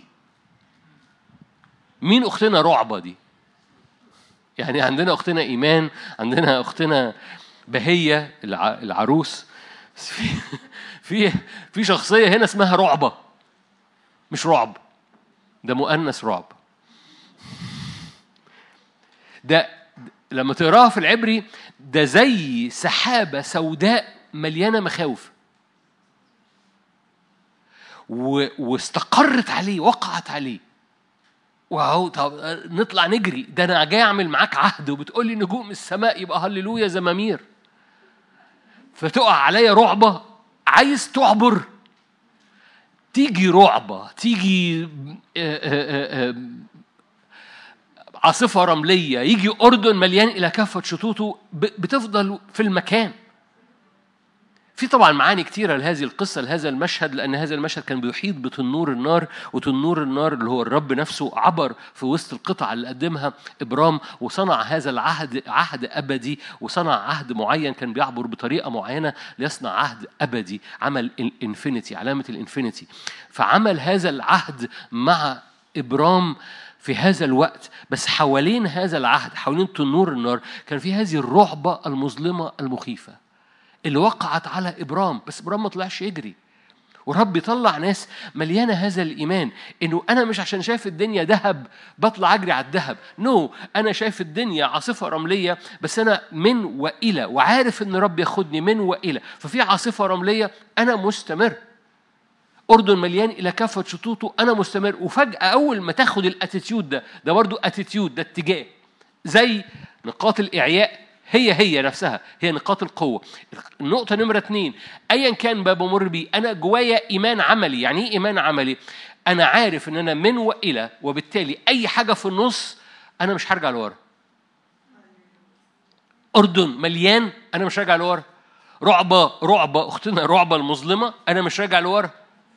مين أختنا رعبة دي؟ يعني عندنا أختنا إيمان، عندنا أختنا بهية العروس. في شخصية هنا اسمها رعبة، مش رعب، ده مؤنث رعب. ده لما تقراها في العبري ده زي سحابة سوداء مليانة مخاوف، واستقرت عليه، وقعت عليه. واو، طب نطلع نجري، ده انا جاي اعمل معاك عهد وبتقول لي نجوم السماء، يبقى هللويا زمامير. فتقع عليا رعبة، عايز تعبر، تيجي رعبة، تيجي عاصفة رملية، يجي أردن مليان إلى كافة شطوطه، بتفضل في المكان. في طبعا معاني كتيرة لهذه القصة، لهذا المشهد، لأن هذا المشهد كان بيحيط بتنور النار، وتنور النار اللي هو الرب نفسه عبر في وسط القطع اللي قدمها إبرام، وصنع هذا العهد عهد أبدي، وصنع عهد معين كان بيعبر بطريقة معينة ليصنع عهد أبدي. عمل الانفينيتي، علامة الانفينيتي. فعمل هذا العهد مع إبرام في هذا الوقت. بس حوالين هذا العهد، حوالين تنور النار، كان في هذه الرعبة المظلمة المخيفة اللي وقعت على إبرام. بس إبرام ما طلعش يجري، ورب يطلع ناس مليانة هذا الإيمان إنه أنا مش عشان شايف الدنيا ذهب بطلع أجري على الذهب. أنا شايف الدنيا عاصفة رملية، بس أنا من وإلى، وعارف إن رب ياخدني من وإلى. ففي عاصفة رملية أنا مستمر، أردن مليان إلى كافة شطوطه، أنا مستمر. وفجأة أول ما تاخد الاتيتيود ده برضو اتيتيود، ده اتجاه زي نقاط الإعياء هي نفسها هي نقاط القوة. النقطة نمرة 2، أيا كان ما بمر بيه أنا جوايا إيمان عملي. يعني إيه إيمان عملي؟ أنا عارف إن أنا من وإلى، وبالتالي أي حاجة في النص أنا مش هرجع لورا. أردن مليان، أنا مش راجع لورا. رعبة أختنا، رعبة المظلمة، أنا مش راجع لورا.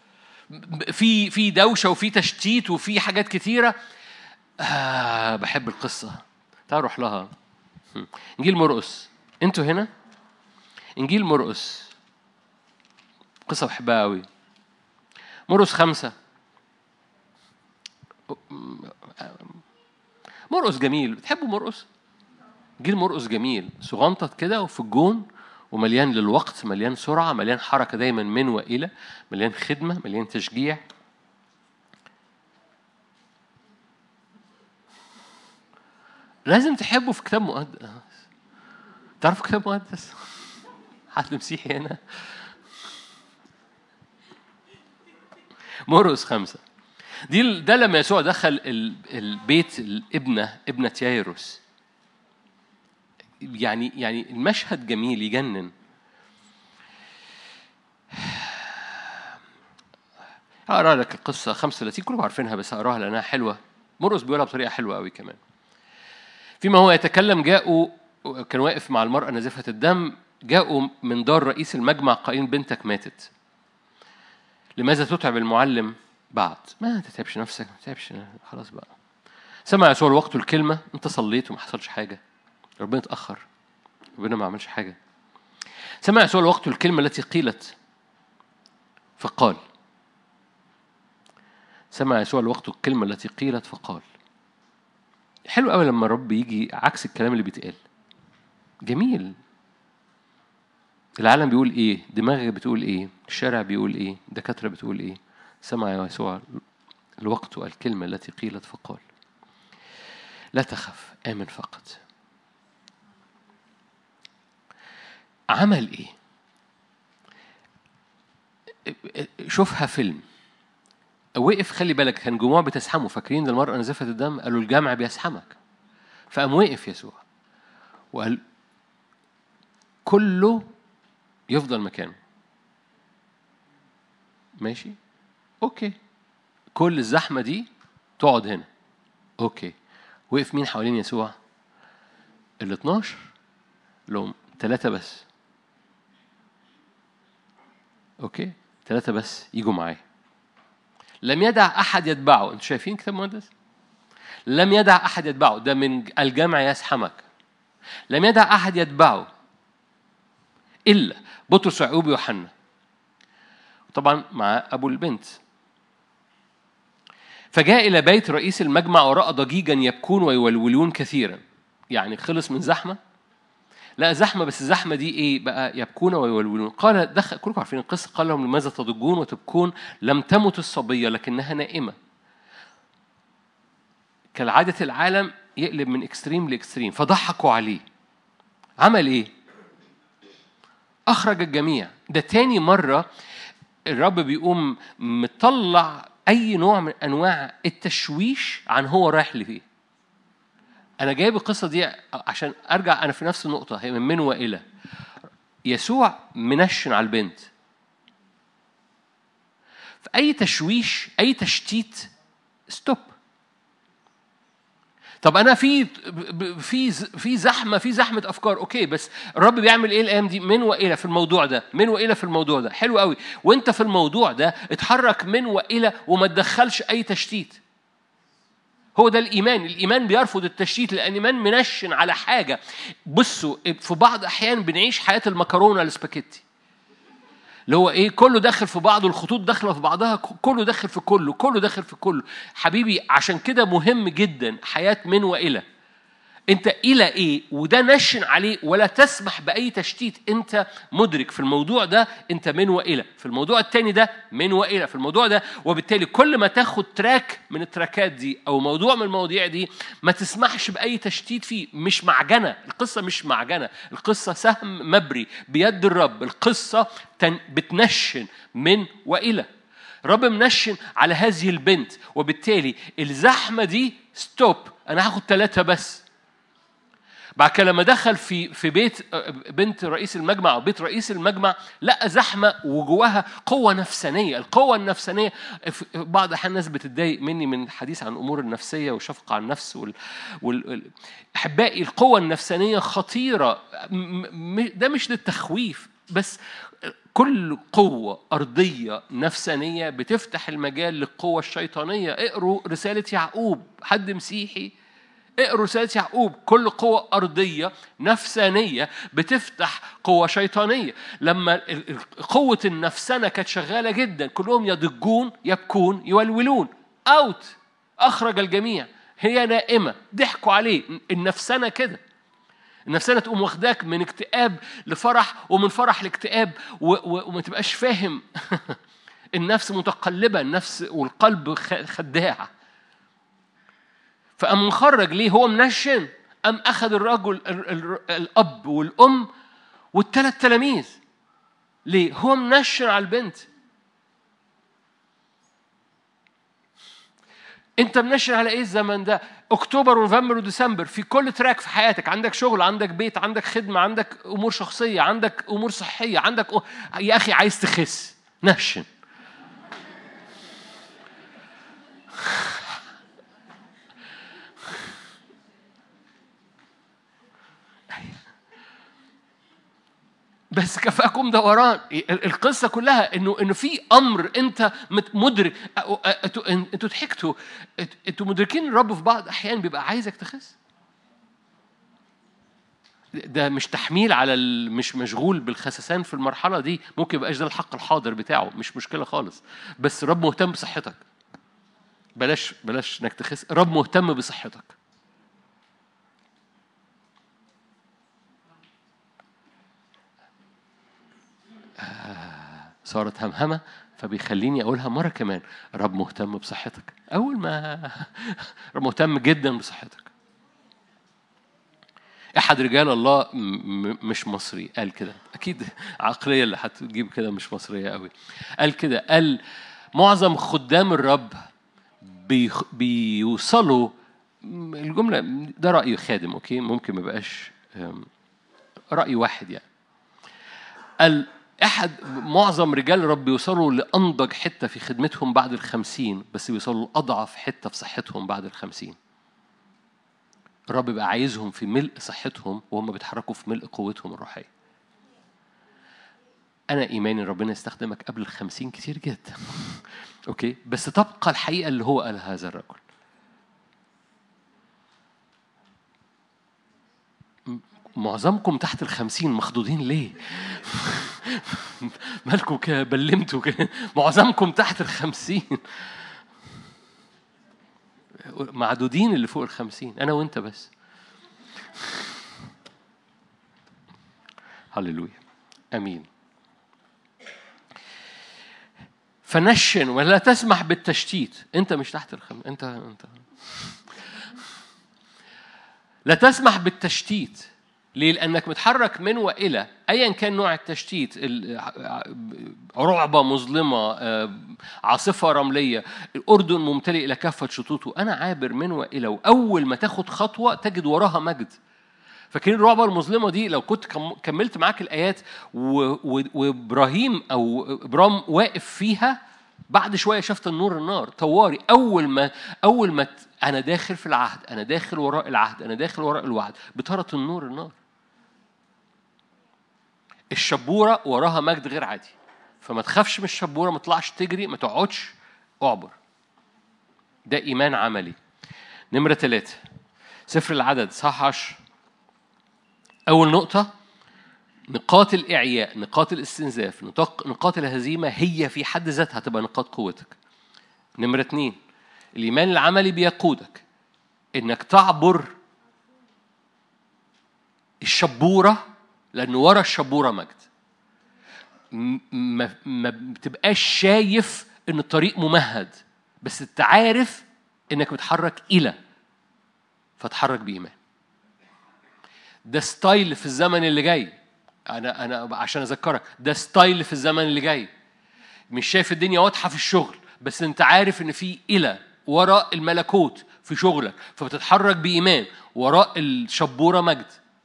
في دوشة وفي تشتيت وفي حاجات كتيرة. بحب القصة، تعال روح لها. إنجيل مرقس، أنتوا هنا؟ إنجيل مرقس قصة بحبها قوي. مرقس 5. مرقس جميل، بتحبوا مرقس؟ إنجيل مرقس جميل، صغنطت كده وفي الجون ومليان للوقت، مليان سرعة، مليان حركة دايما من وإلى، مليان خدمة، مليان تشجيع. لازم تحبه في كتاب مقدس. تعرفوا كتاب مقدس؟ حد مسيحي هنا؟ مرقس 5 ده لما يسوع دخل البيت ابنة يايروس. يعني المشهد جميل يجنن. هقرا لك القصة 35، كلكم عارفينها بس هقراها لأنها حلوة. مرقس بيقولها بطريقة حلوة قوي كمان. فيما هو يتكلم جاءوا، كان واقف مع المرأة نازفة الدم، جاءوا من دار رئيس المجمع قائلين بنتك ماتت، لماذا تتعب المعلم بعد؟ ما تتعبش نفسك، ما تتعبش، خلاص بقى. سمع يسوع الوقت الكلمة، انت صليت وما حصلش حاجة، ربنا اتأخر، ربنا ما عملش حاجة. سمع يسوع الوقت الكلمة التي قيلت فقال. سمع يسوع الوقت الكلمة التي قيلت فقال. حلو قوي لما الرب يجي عكس الكلام اللي بيتقال. جميل. العالم بيقول ايه، دماغك بتقول ايه، الشارع بيقول ايه، الدكاترة بتقول ايه. سمع يسوع الوقت الكلمة التي قيلت فقال. لا تخف، آمن فقط. عمل ايه؟ شوفها فيلم. وقف، خلي بالك كان جموع بتسحمه، فاكرين المرأة نزفت الدم، قالوا الجمع بيسحمك. فقام وقف يسوع وقال كله يفضل مكانه. ماشي؟ اوكي. كل الزحمة دي تقعد هنا. اوكي. وقف مين حوالين يسوع؟ 12 لهم 3 بس. اوكي، 3 بس يجوا معايا. لم يدع أحد يتبعه. أنتوا شايفين كتاب مقدس؟ لم يدع أحد يتبعه، ده من الجمع يسحمك. لم يدع أحد يتبعه إلا بطرس ويعقوب ويوحنا، طبعا مع أبو البنت. فجاء إلى بيت رئيس المجمع ورأى ضجيجا يبكون ويولولون كثيرا. يعني خلص من زحمة، لا زحمة، بس الزحمة دي إيه بقى؟ يبكون ويولولون. قال دخل، كلكم عارفين القصة، قال لهم لماذا تضجون وتبكون؟ لم تمت الصبية لكنها نائمة. كالعادة العالم يقلب من إكستريم لإكستريم، فضحكوا عليه. عمل إيه؟ أخرج الجميع. ده تاني مرة الرب بيقوم مطلع أي نوع من أنواع التشويش عن هو رايح لفيه. أنا جايب القصة دي عشان أرجع، أنا في نفس النقطة، هي من وإلى. يسوع منشن على البنت. في أي تشويش، أي تشتيت، ستوب. طب أنا في زحمة أفكار، أوكي، بس الرب بيعمل إيه الأيام دي؟ من وإلى في الموضوع ده، من وإلى في الموضوع ده. حلو قوي. وأنت في الموضوع ده اتحرك من وإلى وما تدخلش أي تشتيت. هو ده الإيمان. الإيمان بيرفض التشتيت، لأن الإيمان منشن على حاجة. بصوا، في بعض أحيان بنعيش حياة المكرونة الاسباجيتي، اللي هو ايه، كله داخل في بعضه، الخطوط داخله في بعضها، كله داخل في كله، كله داخل في كله. حبيبي، عشان كده مهم جدا حياة من وإلى. انت إلى ايه، وده نشن عليه، ولا تسمح بأي تشتيت. انت مدرك في الموضوع ده انت من وإلى، في الموضوع التاني ده من وإلى، في الموضوع ده. وبالتالي كل ما تاخد تراك من التراكات دي او موضوع من المواضيع دي، ما تسمحش بأي تشتيت فيه. مش معجنة القصة، مش معجنة القصة، سهم مبري بيد الرب. القصة بتنشن من وإلى. رب منشن على هذه البنت، وبالتالي الزحمة دي ستوب. أنا هاخد 3 بس. بعد كده لما دخل في بيت بنت رئيس المجمع أو بيت رئيس المجمع، لقى زحمة وجواها قوة نفسانية. القوة النفسانية، بعض الأحيان الناس بتتضايق مني من الحديث عن أمور النفسية وشفقة على النفس أحبائي القوة النفسانية خطيرة. ده مش للتخويف بس، كل قوة أرضية نفسانية بتفتح المجال للقوة الشيطانية. اقروا رسالة يعقوب، حد مسيحي اقروا رسالة يعقوب. كل قوة أرضية نفسانية بتفتح قوة شيطانية. لما قوة النفسانة كانت شغالة جدا، كلهم يضجون يبكون يولولون. أوت، أخرج الجميع، هي نائمة، ضحكوا عليه. النفسانة كده، النفسانة تقوم واخداك من اكتئاب لفرح، ومن فرح لاكتئاب، وما تبقاش فاهم. النفس متقلبة، النفس والقلب خداع. فأم مخرج ليه؟ هو منشن. أم أخذ الرجل الأب والأم والثلاث تلاميذ ليه؟ هو منشن على البنت. أنت منشن على إيه الزمن ده؟ أكتوبر ونوفمبر وديسمبر، في كل تراك في حياتك. عندك شغل، عندك بيت، عندك خدمة، عندك أمور شخصية، عندك أمور صحية، عندك يا أخي عايز تخس، نشن. بس كفاكم دوران. القصة كلها إنه في أمر أنت مدرك. أنتوا ضحكتوا، أنتوا مدركين الرب في بعض أحيان بيبقى عايزك تخس. ده مش تحميل على مش مشغول بالخسسان في المرحلة دي، ممكن يبقاش ده الحق الحاضر بتاعه، مش مشكلة خالص. بس الرب مهتم بصحتك. بلاش إنك تخس، الرب مهتم بصحتك. صارت همهمة، فبيخليني أقولها مرة كمان. رب مهتم بصحتك. أول ما رب مهتم جدا بصحتك. أحد رجال الله مش مصري قال كده، أكيد عقلية اللي هتجيب كده مش مصرية قوي. قال كده، قال معظم خدام الرب بيوصلوا الجملة ده رأي خادم، أوكي، ممكن ما بقاش رأي واحد يعني. قال معظم رجال الرب بيوصلوا لأنضج حتة في خدمتهم بعد 50، بس بيوصلوا لأضعف حتة في صحتهم بعد 50. الرب بيبقى عايزهم في ملء صحتهم وهم بيتحركوا في ملء قوتهم الروحية. أنا إيماني ربنا يستخدمك قبل 50 كتير جدا. أوكي، بس تبقى الحقيقة اللي هو قال هذا الرجل. معظمكم تحت 50 مخضوضين ليه؟ مالكم كده بلمتوا كده؟ معظمكم تحت 50، معدودين اللي فوق 50، أنا وأنت بس. هللويا، أمين. فنشن ولا تسمح بالتشتيت. أنت مش تحت أنت لا تسمح بالتشتيت. ليه؟ لأنك متحرك من وإلى، أيا كان نوع التشتيت، رعبة مظلمة، عاصفة رملية، الأردن ممتلئ إلى كافة شطوطه. أنا عابر من وإلى، وأول ما تاخد خطوة تجد وراها مجد. فاكرين الرعبة المظلمة دي؟ لو كنت كملت معاك الآيات وإبراهيم أو إبرام واقف فيها، بعد شوية شفت النار طواري. أول ما أنا داخل في العهد، أنا داخل وراء العهد، أنا داخل وراء الوعد، بطرة النار. الشبورة وراها مجد غير عادي. فما تخافش من الشبورة، ما تطلعش تجري، ما تقعدش، اعبر. ده إيمان عملي. نمرة 3، سفر العدد صح 10. أول نقطة، نقاط الإعياء، نقاط الاستنزاف، نقاط الهزيمة هي في حد ذاتها تبقى نقاط قوتك. نمرة 2، الإيمان العملي بيقودك إنك تعبر الشبورة، لأن ورا الشبورة مجد. ما بتبقاش شايف إن الطريق ممهد، بس أنت عارف إنك بتحرك إلى، فتحرك بإيمان. ده ستايل في الزمن اللي جاي. أنا عشان أذكرك، ده ستايل في الزمن اللي جاي. مش شايف الدنيا واضحة في الشغل، بس أنت عارف إن في إلى وراء الملكوت في شغلك، فبتتحرك بإيمان. وراء الشبورة مجد.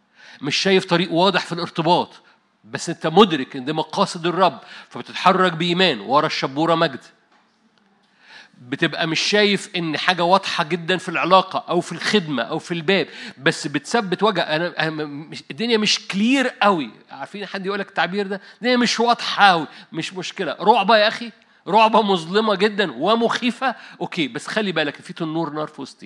مش شايف طريق واضح في الارتباط، بس انت مدرك ان ده مقاصد الرب، فبتتحرك بإيمان ورا الشبورة مجد. بتبقى مش شايف ان حاجة واضحة جدا في العلاقة او في الخدمة او في الباب، بس بتثبت وجه. الدنيا مش كلير قوي. عارفين حد يقولك التعبير ده؟ الدنيا مش واضحة قوي، مش مشكلة. رعبة يا اخي، رعبة مظلمة جدا ومخيفة، اوكي، بس خلي بالك في تنور نار في وسطيها.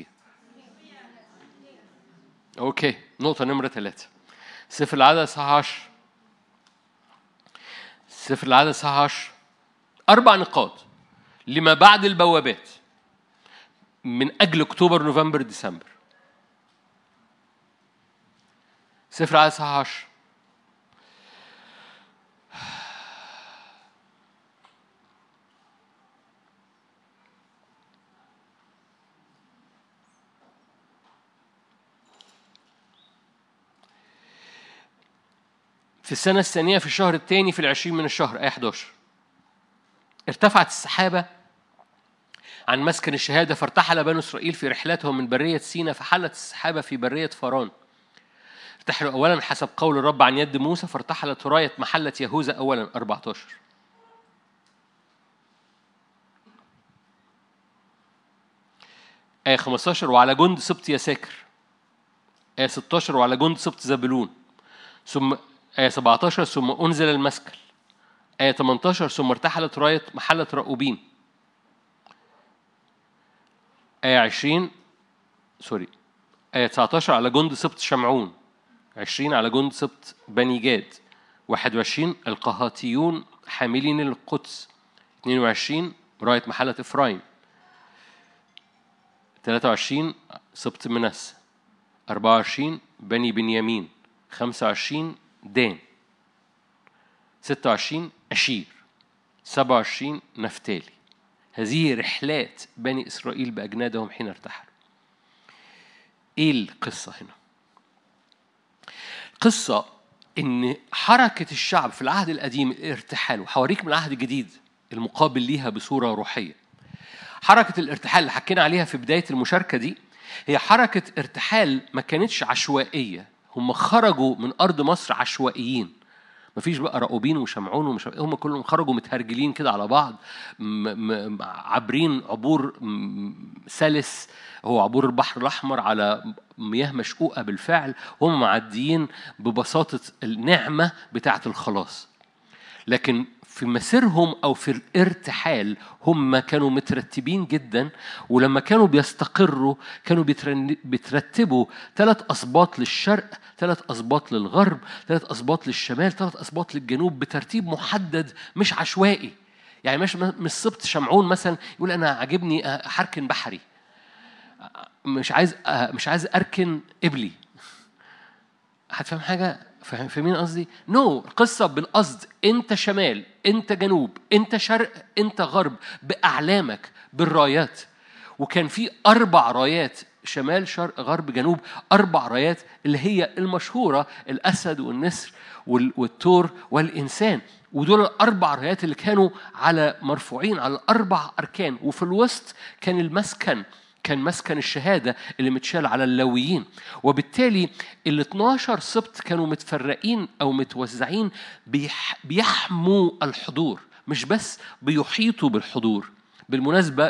اوكي، نقطة نمرة 3، سفر العدد صح 10. سفر العدد صح 10، 4 نقاط لما بعد البوابات من أجل أكتوبر نوفمبر ديسمبر. سفر العدد صح 10. في السنة الثانية في الشهر الثاني في 20 من الشهر آية 11، ارتفعت السحابة عن مسكن الشهادة، فارتحل بنو إسرائيل في رحلتهم من برية سينا، فحلت السحابة في برية فران. ارتحلوا أولا حسب قول الرب عن يد موسى، فارتحلت راية محلة يهوذا أولا. 14 آية 15، وعلى جند سبط يساكر. آية 16، وعلى جند سبط زبلون. ثم آية 17، ثم أنزل المسكل. آية 18، ثم ارتحلت راية محلة رأوبين. آية 19، على جند سبط شمعون. 20 على جند سبط بني جاد. 21 القهاتيون حاملين القدس. 22 راية محلة إفرايم. 23 سبط منس. 24 بني بنيامين. 25 دان. 26 أشير. 27 نفتالي. هذه رحلات بني إسرائيل بأجنادهم حين ارتحلوا. إيه القصة هنا؟ قصة إن حركة الشعب في العهد القديم الارتحال، وحوريك من العهد الجديد المقابل ليها بصورة روحية. حركة الارتحال اللي حكينا عليها في بداية المشاركة دي هي حركة ارتحال ما كانتش عشوائية. هم خرجوا من أرض مصر عشوائيين، مفيش بقى رأوبين وشمعون هم كلهم خرجوا متهرجلين كده على بعض، عابرين عبور سلس، هو عبور البحر الأحمر على مياه مشقوقة بالفعل، هم معديين ببساطة النعمة بتاعة الخلاص. لكن في مسيرهم أو في الارتحال هم كانوا مترتبين جدا، ولما كانوا بيستقروا كانوا بيترتبوا 3 أسباط للشرق، 3 أسباط للغرب، 3 أسباط للشمال، 3 أسباط للجنوب، بترتيب محدد مش عشوائي. يعني مش سبط شمعون مثلا يقول أنا عاجبني حركن بحري، مش عايز أركن إبلي. هتفهم حاجة؟ فاهمين قصدي؟ القصة بالقصد. انت شمال، انت جنوب، انت شرق، انت غرب، بأعلامك بالرايات. وكان في 4 رايات، شمال شرق غرب جنوب، 4 رايات اللي هي المشهورة، الأسد والنسر والثور والإنسان. ودول 4 رايات اللي كانوا مرفوعين على 4 أركان. وفي الوسط كان المسكن، كان مسكن الشهادة اللي متشال على اللاويين. وبالتالي 12 سبط كانوا متفرقين أو متوزعين بيحموا الحضور، مش بس بيحيطوا بالحضور. بالمناسبة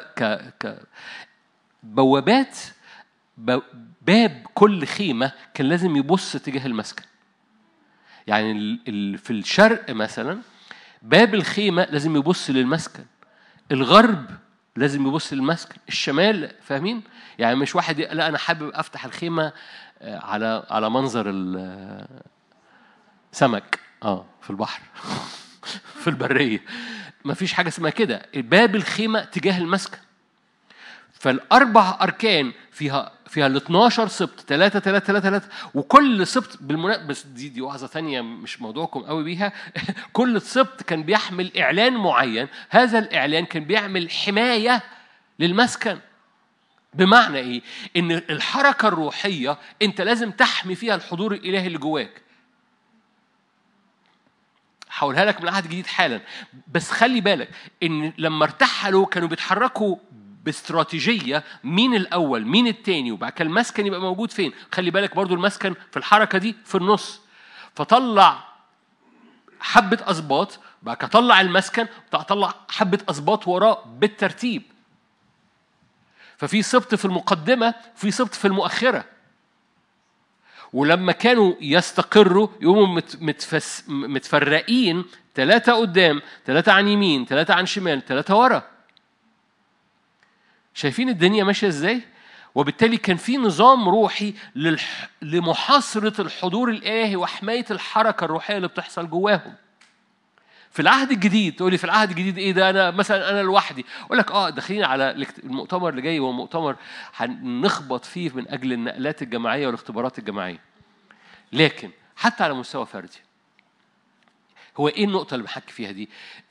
بوابات باب كل خيمة كان لازم يبص تجاه المسكن. يعني في الشرق مثلا باب الخيمة لازم يبص للمسكن، الغرب لازم يبص للمسكن، الشمال. فاهمين؟ يعني مش واحد لا أنا حابب أفتح الخيمة على منظر السمك في البحر في البرية. ما فيش حاجة اسمها كده. باب الخيمة تجاه المسكن. فال4 أركان فيها 12 سبط، 3 3 3 3. وكل سبط بالمناسبة، بس دي وعظة تانية مش موضوعكم قوي بيها. كل سبط كان بيحمل إعلان معين، هذا الإعلان كان بيعمل حماية للمسكن. بمعنى إيه؟ إن الحركة الروحية أنت لازم تحمي فيها الحضور الإلهي اللي جواك. حولها لك من العهد الجديد حالا. بس خلي بالك إن لما ارتحلوا كانوا بيتحركوا باستراتيجية مين الأول مين التاني، وبعد كده المسكن يبقى موجود فين. خلي بالك برضو المسكن في الحركة دي في النص، فطلع حبة أسباط، بعد كده طلع المسكن، طلع حبة أسباط وراه بالترتيب. ففي سبط في المقدمة وفي سبط في المؤخرة. ولما كانوا يستقروا يقوموا متفرقين، 3 قدام 3 عن يمين 3 عن شمال 3 ورا. شايفين الدنيا ماشية ازاي؟ وبالتالي كان في نظام روحي لمحاصرة الحضور الإلهي وحماية الحركة الروحية اللي بتحصل جواهم. في العهد الجديد تقولي في العهد الجديد ايه ده؟ انا مثلا انا لوحدي. اقول لك داخلين على المؤتمر اللي جاي، هو مؤتمر هنخبط فيه من اجل النقلات الجماعيه والاختبارات الجماعيه. لكن حتى على مستوى فردي، هو ايه النقطه اللي بحكي فيها دي؟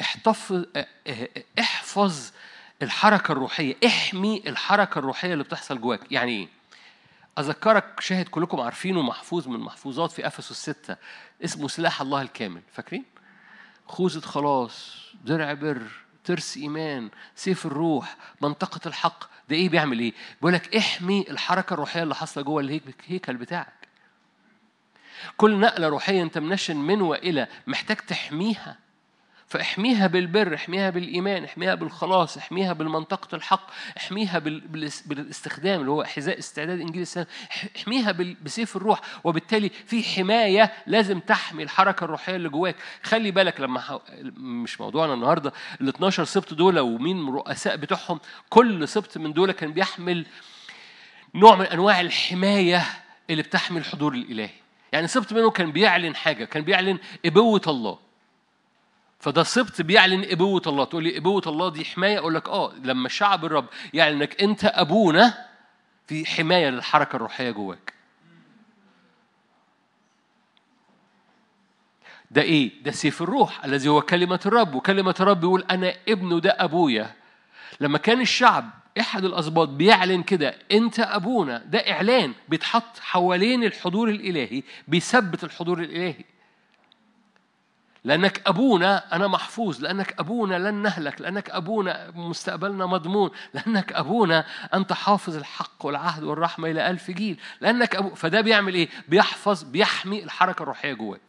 احفظ الحركه الروحيه، احمي الحركه الروحيه اللي بتحصل جواك. يعني ايه؟ اذكرك شاهد كلكم عارفينه، محفوظ من محفوظات في افسس 6، اسمه سلاح الله الكامل. فاكرين؟ خوذة خلاص، درع بر، ترس إيمان، سيف الروح، منطقة الحق. ده إيه بيعمل إيه؟ بيقولك احمي الحركة الروحية اللي حاصلة جوه الهيكل بتاعك. كل نقلة روحية أنت منشن من وإلى محتاج تحميها. فاحميها بالبر، احميها بالإيمان، احميها بالخلاص، احميها بالمنطقة الحق، احميها بالاستخدام اللي هو حذاء استعداد إنجيل السلام، احميها بسيف الروح. وبالتالي في حماية لازم تحمي الحركة الروحية اللي جواك. خلي بالك لما مش موضوعنا النهاردة، ال 12 سبط دول ومين الرؤساء بتوعهم، كل سبط من دول كان بيحمل نوع من أنواع الحماية اللي بتحمي الحضور الإلهي. يعني سبط منه كان بيعلن حاجة، كان بيعلن إبوة الله. فده سبط بيعلن إبوة الله. تقول لي إبوة الله دي حماية؟ أقول لك لما شعب الرب يعلن إنك أنت أبونا، في حماية للحركة الروحية جواك. ده إيه؟ ده سيف الروح الذي هو كلمة الرب. وكلمة الرب يقول أنا ابن، ده أبويا. لما كان الشعب أحد الأسباط بيعلن كده أنت أبونا، ده إعلان بيتحط حوالين الحضور الإلهي، بيثبت الحضور الإلهي. لأنك أبونا أنا محفوظ، لأنك أبونا لن نهلك، لأنك أبونا مستقبلنا مضمون، لأنك أبونا أنت حافظ الحق والعهد والرحمة إلى 1000 جيل، لأنك فده بيعمل إيه؟ بيحفظ، بيحمي الحركة الروحية جواك.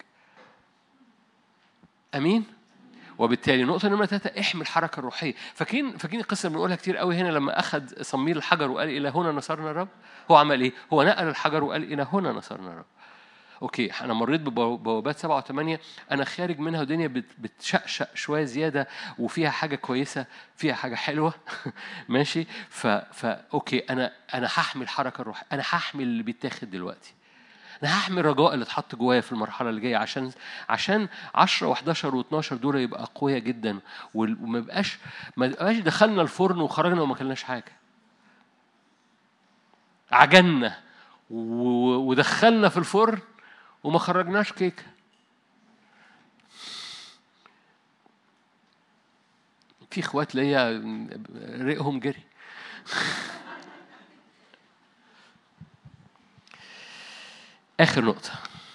أمين؟ وبالتالي نقطة نمرة 3، احمي الحركة الروحية. فاكرين القصة اللي بنقولها كتير قوي هنا، لما أخذ صميل الحجر وقال إلى هنا نصرنا الرب، هو عمل إيه؟ هو نقل الحجر وقال إلى هنا نصرنا الرب. أوكي، أنا مريت ببوابات 7 و8، أنا خارج منها ودنيا بتشقشق شوية زيادة، وفيها حاجة كويسة، فيها حاجة حلوة ماشي. أوكي، أنا هحمي الحركة الروحية، أنا هحمي اللي بيتاخد دلوقتي، أنا هحمي الرجاء اللي اتحط جوايا في المرحلة اللي جاية، عشان 10 و11 و12 دول يبقى أقوياء جدا، وما يبقاش دخلنا الفرن وخرجنا وما كلناش حاجة، عجلنا ودخلنا في الفرن وما خرجناش كيكة. في اخوات ليا ريقهم جري. آخر نقطة،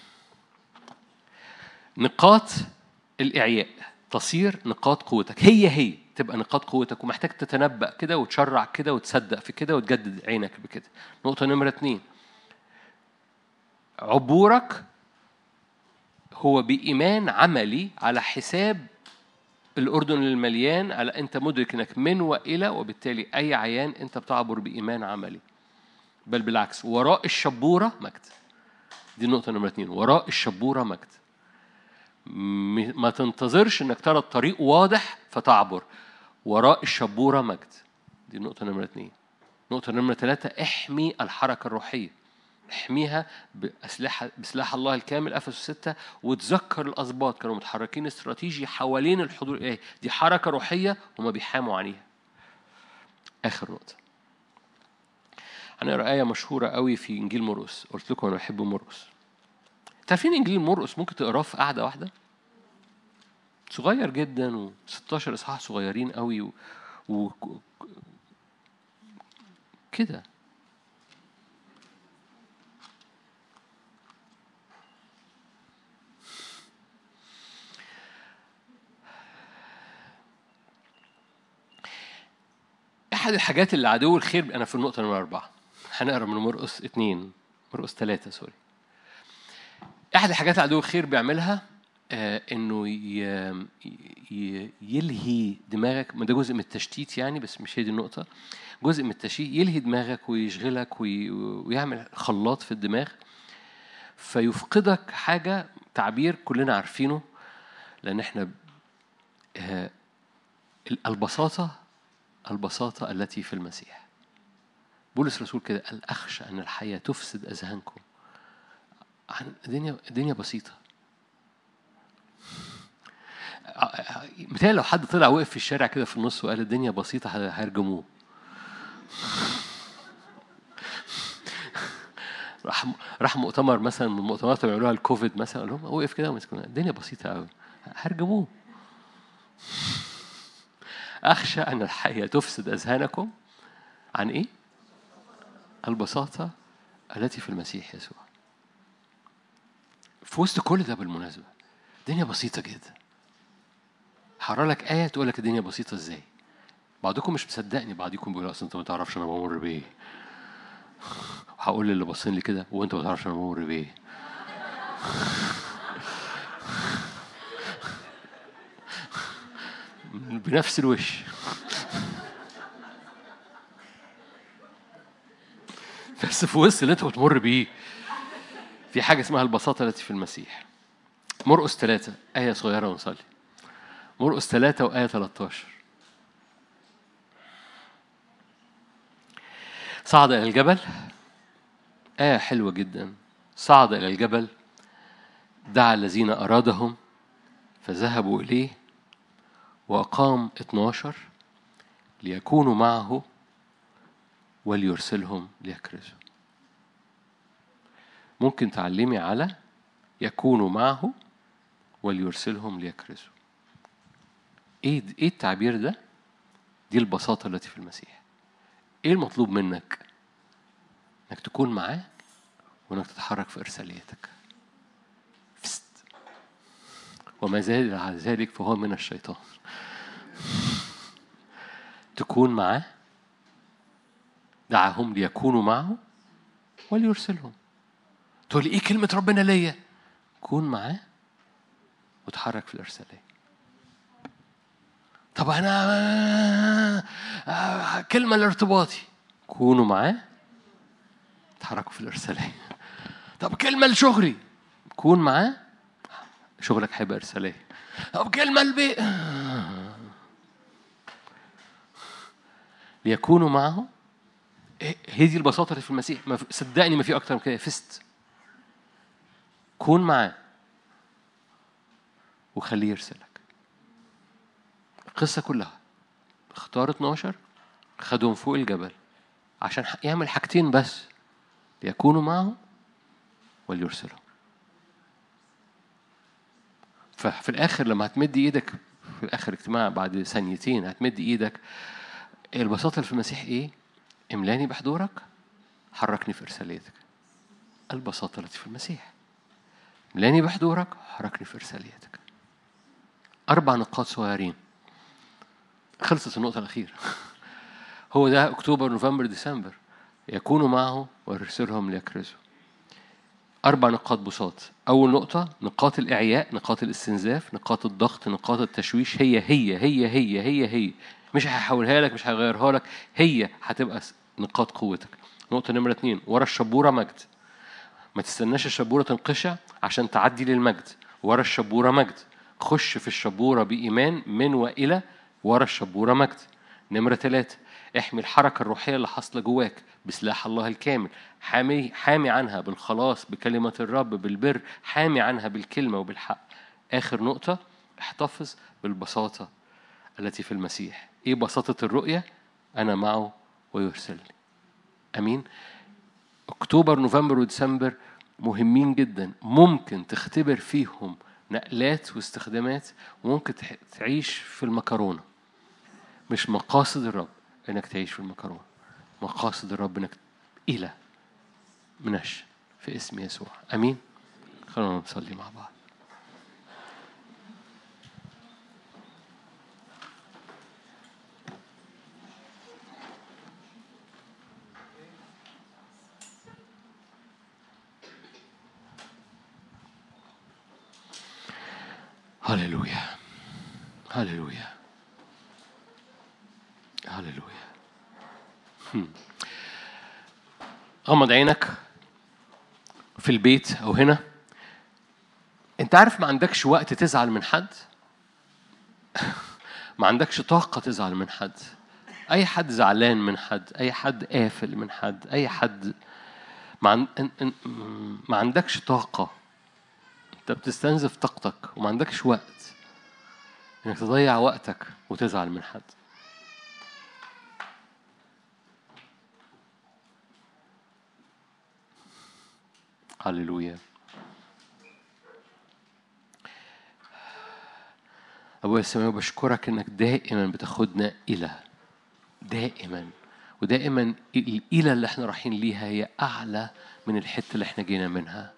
نقاط الإعياء تصير نقاط قوتك. هي تبقى نقاط قوتك، ومحتاج تتنبأ كده وتشرع كده وتصدق في كده وتجدد عينك بكده. نقطة نمرة 2، عبورك هو بإيمان عملي على حساب الأردن المليان، على أنت مدرك أنك من وإلى، وبالتالي أي عيان أنت بتعبر بإيمان عملي. بل بالعكس، وراء الشبورة مجد. دي النقطة نمرة 2، وراء الشبورة مجد. ما تنتظرش أنك ترى الطريق واضح فتعبر، وراء الشبورة مجد. دي النقطة نمرة 2. نقطة نمرة 3، احمي الحركة الروحية، احميها بسلاح الله الكامل أفسس 6. وتذكر الأسباط كانوا متحركين استراتيجي حوالين الحضور الإلهي، دي حركة روحية وما بيحاموا عليها. آخر نقطة، هنقرأ آية مشهورة قوي في إنجيل مرقس. قلت لكم أنا بحب مرقس. تعرفين إنجيل مرقس ممكن تقراه في قعدة واحدة، صغير جدا، و16 إصحاح صغيرين قوي كده. أحد الحاجات اللي عدو الخير، أنا في النقطة نمرة 4 هنقرأ من مرقس 3 سوري. أحد الحاجات اللي عدو الخير بيعملها إنه يلهي دماغك. ما ده جزء من التشتيت يعني، بس مش هي دي النقطة. جزء من التشتيت يلهي دماغك ويشغلك ويعمل خلاط في الدماغ، فيفقدك حاجة، تعبير كلنا عارفينه لأن إحنا البساطة التي في المسيح. بولس الرسول كده قال: أخشى أن الحياة تفسد أذهانكم. عن الدنيا بسيطة. مثال لو حد طلع وقف في الشارع كده في النص وقال الدنيا بسيطة هيرجموه. راح مؤتمر مثلا من المؤتمرات اللي بيعملوها الكوفيد مثلا، قال لهم وقف كده ومسكونا الدنيا بسيطة قوي، هيرجموه. أخشى أن الحياة تفسد أذهانكم عن إيه؟ البساطة التي في المسيح يسوع. في وسط كل ده بالمناسبة الدنيا بسيطة جدا. هقرا لك آية تقول لك الدنيا بسيطة إزاي. بعضكم مش مصدقني، بعضكم بيقول أصل أنت ما تعرفش أنا بمر بإيه. هقول للي باصين لي كده وأنت ما تعرفش أنا بمر بإيه. بنفس الوش. بس في وسط اللي أنت بتمر بيه في حاجة اسمها البساطة التي في المسيح. مرقس 3 آية صغيرة ونصلي. مرقس 3 وآية 13. صعد إلى الجبل، آية حلوة جدا. صعد إلى الجبل، دعا الذين أرادهم فذهبوا إليه، وأقام 12 ليكونوا معه وليرسلهم ليكرزوا. ممكن تعلمي على يكونوا معه وليرسلهم ليكرزوا. إيه التعبير ده؟ دي البساطة التي في المسيح. إيه المطلوب منك؟ إنك تكون معاه وإنك تتحرك في إرساليتك. وما زال على ذلك فهو من الشيطان. تكون معاه، دعاهم ليكونوا معه وليرسلهم. تقول لي إيه كلمة ربنا ليا؟ كون معاه وتحرك في الإرسالية. طب أنا كلمة الارتباطي، كونوا معاه تحركوا في الإرسالية. طب كلمة لشغلي، كون معاه شغلك هيبقى إرسالية. طب كلمة البيت، ليكونوا معه. هي دي البساطة اللي في المسيح. صدقني ما في أكتر من كده. فست كون معاه وخليه يرسلك. القصة كلها اختار 12 خدهم فوق الجبل عشان يعمل حاجتين بس: ليكونوا معه وليرسلهم. ففي الآخر لما هتمد إيدك في آخر اجتماع بعد ثانيتين هتمد إيدك، البساطة اللي في المسيح إيه؟ املاني بحضورك، حركني في إرساليتك. البساطة التي في المسيح. املاني بحضورك، حركني في إرساليتك. 4 نقاط صغيرين. خلصت النقطة الأخيرة. هو ده أكتوبر نوفمبر ديسمبر. يكونوا معه ويرسلهم ليكرزوا. 4 نقاط بساط. أول نقطة نقاط الإعياء، نقاط الاستنزاف، نقاط الضغط، نقاط التشويش. هي مش هحولها لك، مش هغيرها لك، هي هتبقى نقاط قوتك. نقطة نمرة 2 ورا الشبورة مجد. ما تستناش الشبورة تنقشع عشان تعدي للمجد. ورا الشبورة مجد. خش في الشبورة بإيمان من وإلى ورا الشبورة مجد. نمرة 3 احمي الحركة الروحية اللي حاصلة جواك بسلاح الله الكامل. حامي عنها بالخلاص، بكلمة الرب، بالبر. حامي عنها بالكلمة وبالحق. آخر نقطة احتفظ بالبساطة التي في المسيح. إيه بساطة الرؤية؟ أنا معه ويرسلني. أمين. أكتوبر نوفمبر وديسمبر مهمين جدا. ممكن تختبر فيهم نقلات واستخدامات، وممكن تعيش في المكرونة. مش مقاصد الرب انك تعيش في المكرونة، مقاصد الرب انك إلى منش في اسم يسوع. امين. خلونا نصلي مع بعض. هللويا هللويا هللويا. غمض عينك في البيت أو هنا. أنت عارف ما عندكش وقت تزعل من حد، ما عندكش طاقة تزعل من حد. أي حد زعلان من حد، أي حد قافل من حد، أي حد ما عندكش طاقة. أنت بتستنزف طاقتك وما عندكش وقت إنك تضيع وقتك وتزعل من حد. هللويا. أبويا السماوي بشكرك إنك دائما بتاخدنا إلى دائما ودائما الإلى اللي احنا رايحين ليها هي أعلى من الحتة اللي احنا جينا منها.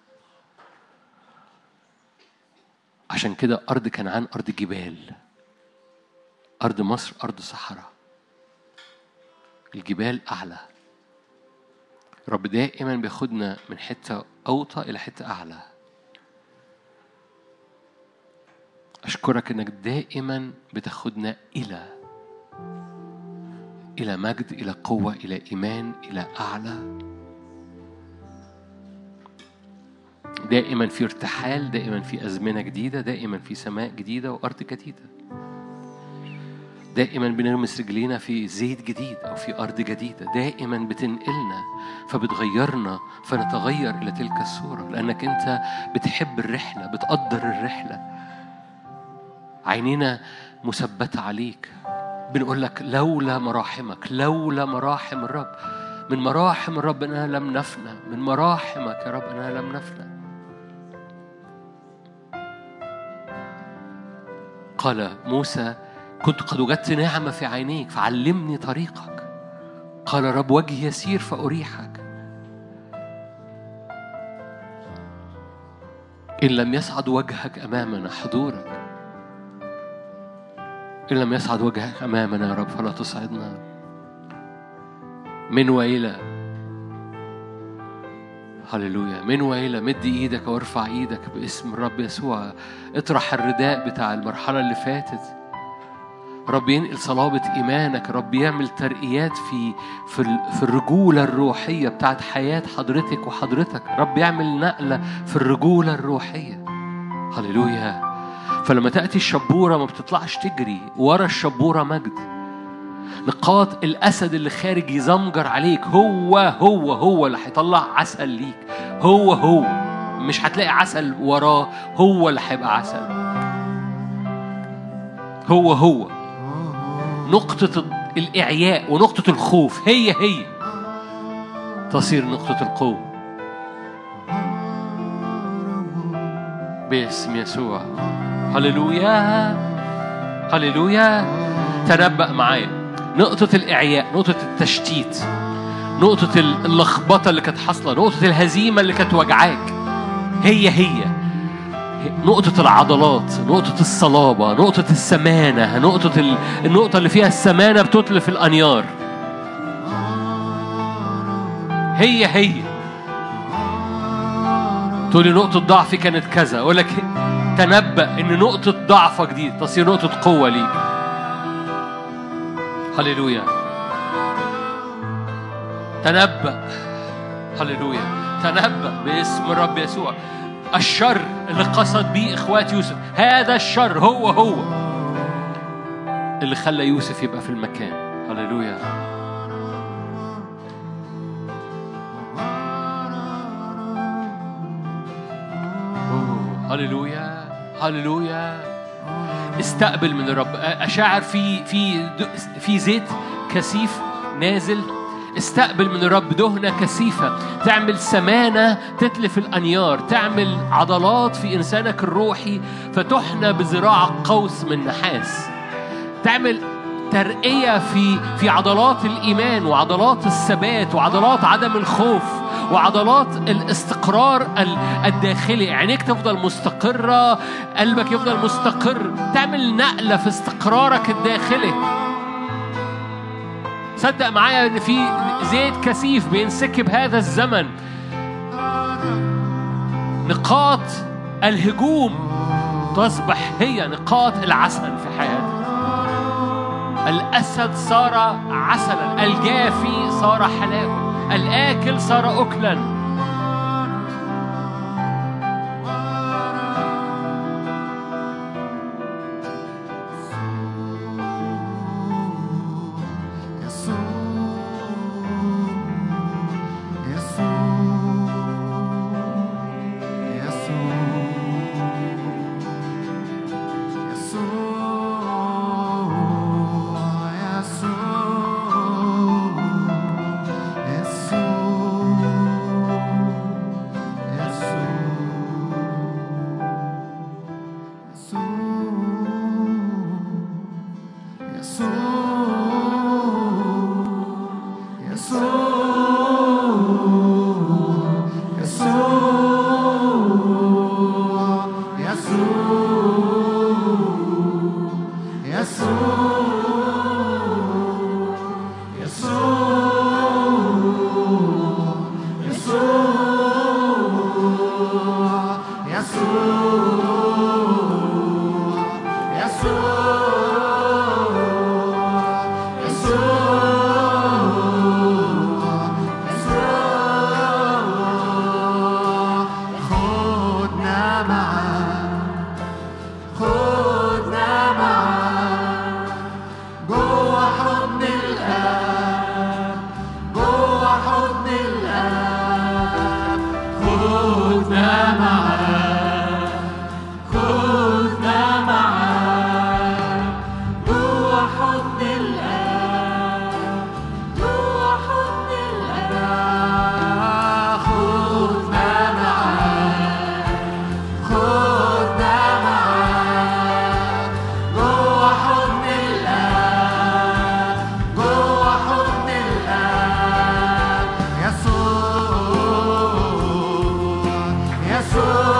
عشان كده أرض كنعان أرض جبال، أرض مصر أرض صحراء، الجبال أعلى. رب دائما بياخدنا من حتة أوطى إلى حتة أعلى. أشكرك إنك دائما بتاخدنا إلى مجد، إلى قوة، إلى إيمان، إلى أعلى. دائما في ارتحال، دائما في أزمنة جديدة، دائما في سماء جديدة وأرض جديدة. دائما بنرمس رجلينا في زيت جديد أو في أرض جديدة. دائما بتنقلنا فبتغيرنا فنتغير إلى تلك الصورة، لأنك أنت بتحب الرحلة، بتقدر الرحلة. عينينا مثبتة عليك. بنقول لك لولا مراحمك، لولا مراحم الرب. من مراحم الرب أننا لم نفنى، من مراحمك يا رب أننا لم نفنى. قال موسى كنت قد وجدت نعمة في عينيك فعلمني طريقك. قال رب وجهي يسير فأريحك. إن لم يصعد وجهك أمامنا حضورك، إن لم يصعد وجهك أمامنا يا رب فلا تصعدنا. من وإلى هللويا، من وإلى مد إيدك وارفع إيدك باسم الرب يسوع. اطرح الرداء بتاع المرحلة اللي فاتت. رب ينقل صلابة إيمانك. رب يعمل ترقيات في الرجولة الروحية بتاعت حياة حضرتك وحضرتك. رب يعمل نقلة في الرجولة الروحية. هللويا. فلما تأتي الشبورة ما بتطلعش تجري ورا الشبورة مجد. نقاط الأسد اللي خارج يزمجر عليك هو اللي هيطلع عسل ليك. هو مش هتلاقي عسل وراه، هو اللي هيبقى عسل. هو نقطة الإعياء ونقطة الخوف هي تصير نقطة القوة باسم يسوع. هللويا هللويا. تنبأ معايا. نقطة الإعياء، نقطة التشتيت، نقطة اللخبطة اللي كانت حاصلة، نقطة الهزيمة اللي كانت وجعاك هي نقطة العضلات، نقطة الصلابة، نقطة السمانة، النقطة اللي فيها السمانة بتتلف الأنيار. هي تقولي نقطة ضعفي كانت كذا، أقول لك تنبأ إن نقطة ضعفك دي تصير نقطة قوة ليك. هللويا. تنبأ. هللويا. تنبأ باسم الرب يسوع. الشر اللي قصد بيه إخوات يوسف، هذا الشر هو اللي خلى يوسف يبقى في المكان. هللويا. هللويا هللويا. استقبل من الرب. أشاعر في زيت كثيف نازل. استقبل من الرب دهنة كثيفة تعمل سمانة تتلف الأنيار، تعمل عضلات في إنسانك الروحي فتحنى بذراع قوس من نحاس، تعمل ترقية في عضلات الإيمان وعضلات الثبات وعضلات عدم الخوف وعضلات الاستقرار الداخلي. عينيك تفضل مستقرة، قلبك يفضل مستقر، تعمل نقلة في استقرارك الداخلي. صدق معايا ان في زيت كثيف بينسكب هذا الزمن. نقاط الهجوم تصبح هي نقاط العسل في حياتك. الأسد صار عسلا، الجافي صار حلاوة، الآكل صار أكلا. يسوع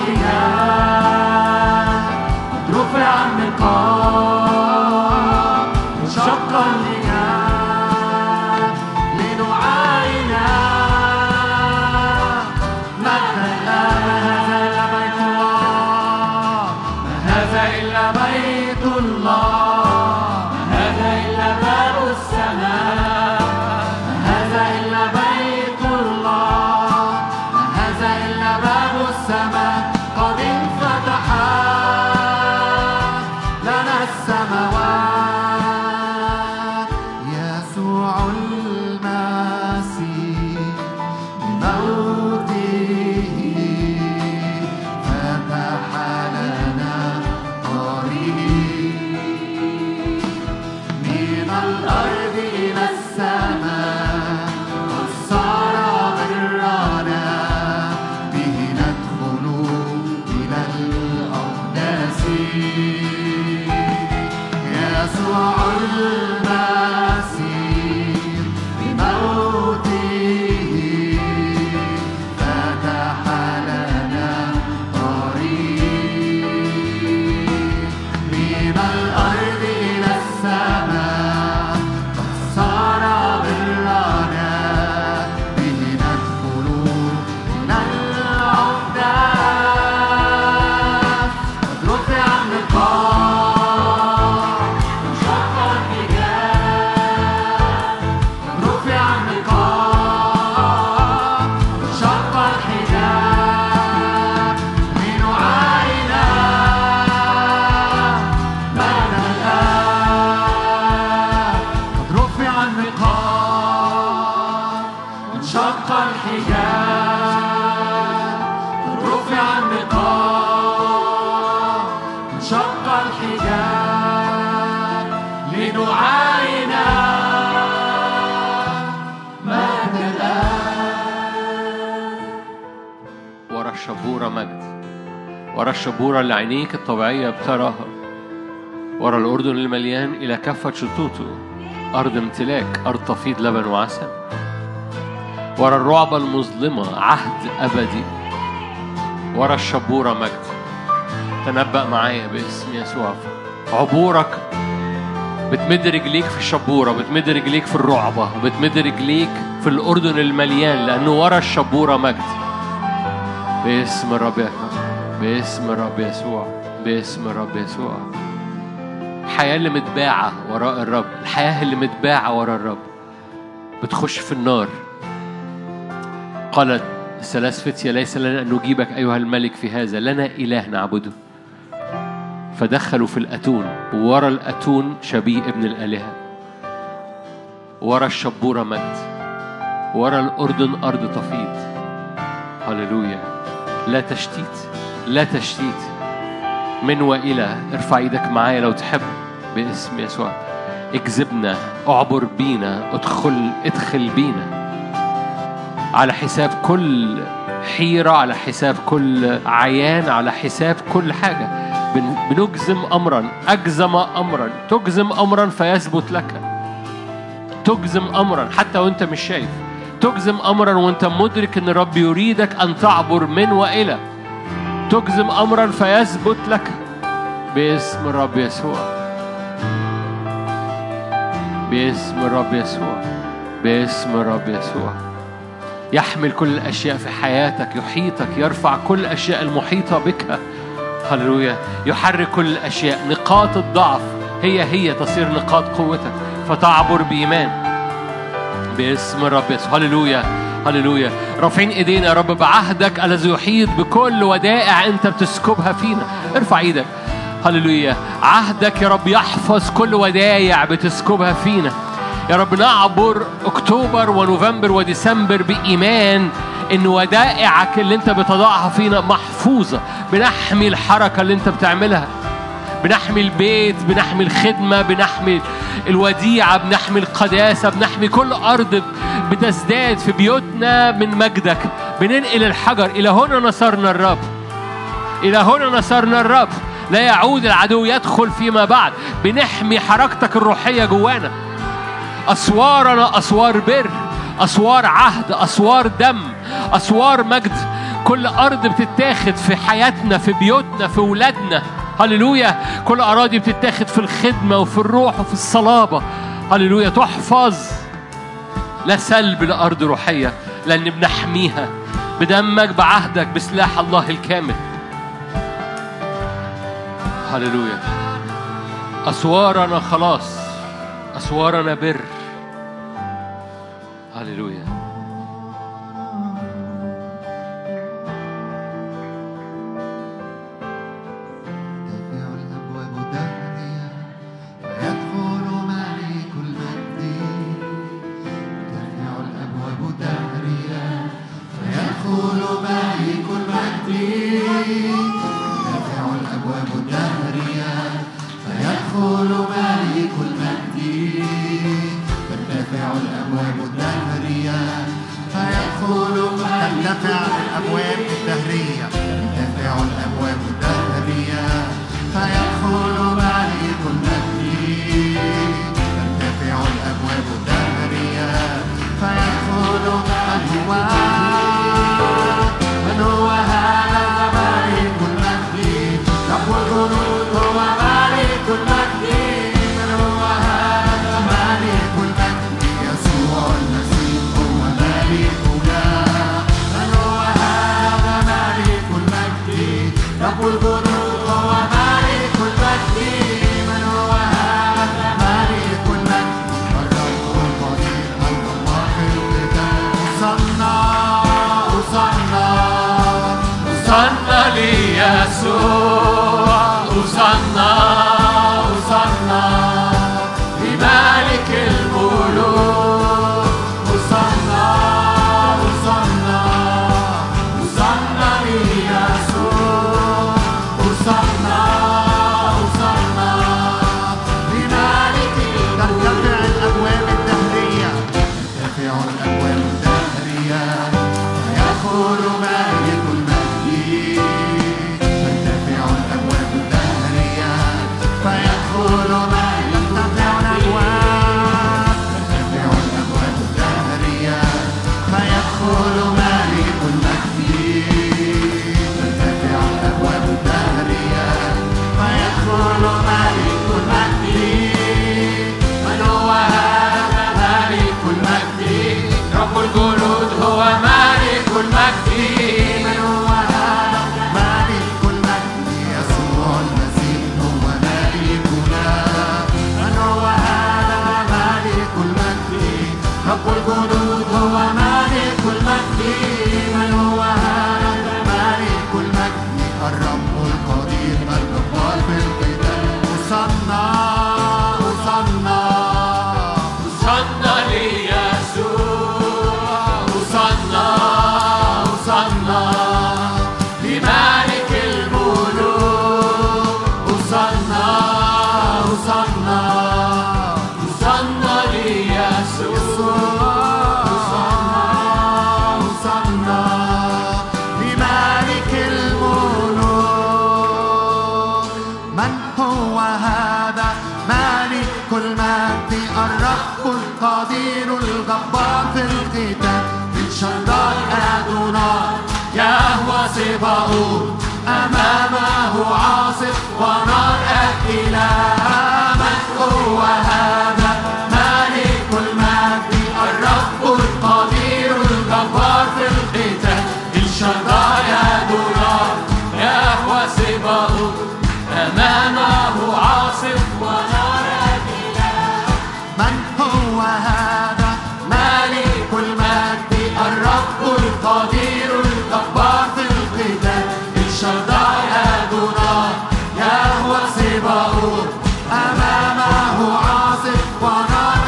الحجاب قد رفع النقاب انشق الحجاب لنعاينا مجدا ما هذا إلا بيت الله ما هذا إلا باب السماء ما هذا إلا بيت الله ما هذا إلا باب السماء قد انفتح لنا السماوات يسوع المسيح بموته فتح لنا طريق من الأرض إلى السماء قد صار برنا به ندخل إلى الأقداس يسوع المسيح بموته فتح لنا طريق من الأرض إلى السماء قد صار برنا به ندخل إلى الأقداس قد رفع النقاب انشق الحجاب قد رفع النقاب انشق الحجاب لنعاينا مجد الآب قد رفع النقاب انشق الحجاب قد رفع النقاب انشق الحجاب لنعاينا مجد الآب ورا الشبورة مجد، ورا الشبورة اللي عينيك الطبيعية بتراها، ورا الأردن المليان إلى كافة شطوطه، أرض امتلاك، أرض تفيض لبن وعسل، ورا الرعبة المظلمة عهد أبدي، ورا الشبورة مجد. تنبأ معايا باسم يسوع، عبورك بتمد رجليك في الشبورة، بتمد رجليك في الرعبة، بتمد رجليك في الأردن المليان، لأنه ورا الشبورة مجد. باسم الرب يسوع، باسم الرب يسوع، باسم الرب يسوع. الحياة اللي متباعة وراء الرب، الحياة اللي متباعة وراء الرب بتخش في النار. قالت الثلاث فتية ليس لنا أن نجيبك أيها الملك في هذا، لنا إله نعبده. فدخلوا في الأتون، وورا الأتون شبيه ابن الآلهة، ورا الشبورة مجد، ورا الأردن أرض تفيض. هللويا. لا تشتيت، لا تشتيت من وإلى. ارفع ايدك معايا لو تحب باسم يسوع. اجذبنا، اعبر بينا، ادخل بينا على حساب كل حيرة، على حساب كل عيان، على حساب كل حاجة. بنجزم أمرا، أجزم أمرا، تجزم أمرا فيثبت لك. تجزم أمرا حتى وانت مش شايف، تجزم أمرا وانت مدرك ان الرب يريدك أن تعبر من وإلى. تجزم أمرا فيثبت لك باسم الرب يسوع، باسم الرب يسوع، باسم الرب يسوع. يحمل كل الأشياء في حياتك، يحيطك، يرفع كل الأشياء المحيطة بك. هللويا. يحرك كل الأشياء. نقاط الضعف هي تصير نقاط قوتك، فتعبر بإيمان باسم الرب يسوع. هللويا، هللويا. رافعين ايدينا يا رب بعهدك الذي يحيط بكل ودائع انت بتسكبها فينا. ارفع ايدك. هللويا. عهدك يا رب يحفظ كل ودائع بتسكبها فينا يا رب. نعبر اكتوبر ونوفمبر وديسمبر بإيمان ان ودائعك اللي انت بتضعها فينا محفوظة. بنحمي الحركة اللي انت بتعملها، بنحمي البيت، بنحمي الخدمة، بنحمي الوديعة، بنحمي القداسة، بنحمي كل أرض بتزداد في بيوتنا من مجدك. بننقل الحجر. إلى هنا نصرنا الرب، إلى هنا نصرنا الرب. لا يعود العدو يدخل فيما بعد. بنحمي حركتك الروحية جوانا. أسوارنا أسوار بر، أسوار عهد، أسوار دم، أسوار مجد. كل أرض بتتاخد في حياتنا، في بيوتنا، في ولادنا. هللويا. كل أراضي بتتاخد في الخدمة وفي الروح وفي الصلابة. هللويا. تحفظ. لا سلب لأرض روحية، لأن بنحميها بدمك، بعهدك، بسلاح الله الكامل. هللويا. أسوارنا خلاص، أسوارنا بر. هللويا. أمامه عاصف ونار أكلة. من هو هذا مالك المجد الرب القدير الجبار في القتال الشدائد نار يهوى سباؤوت أمامه عاصف ونار أكلة. من هو هذا مالك المجد الرب القدير الجبار في القتال شدائد نار يهوى سباؤوت أمامه عاصف ونار.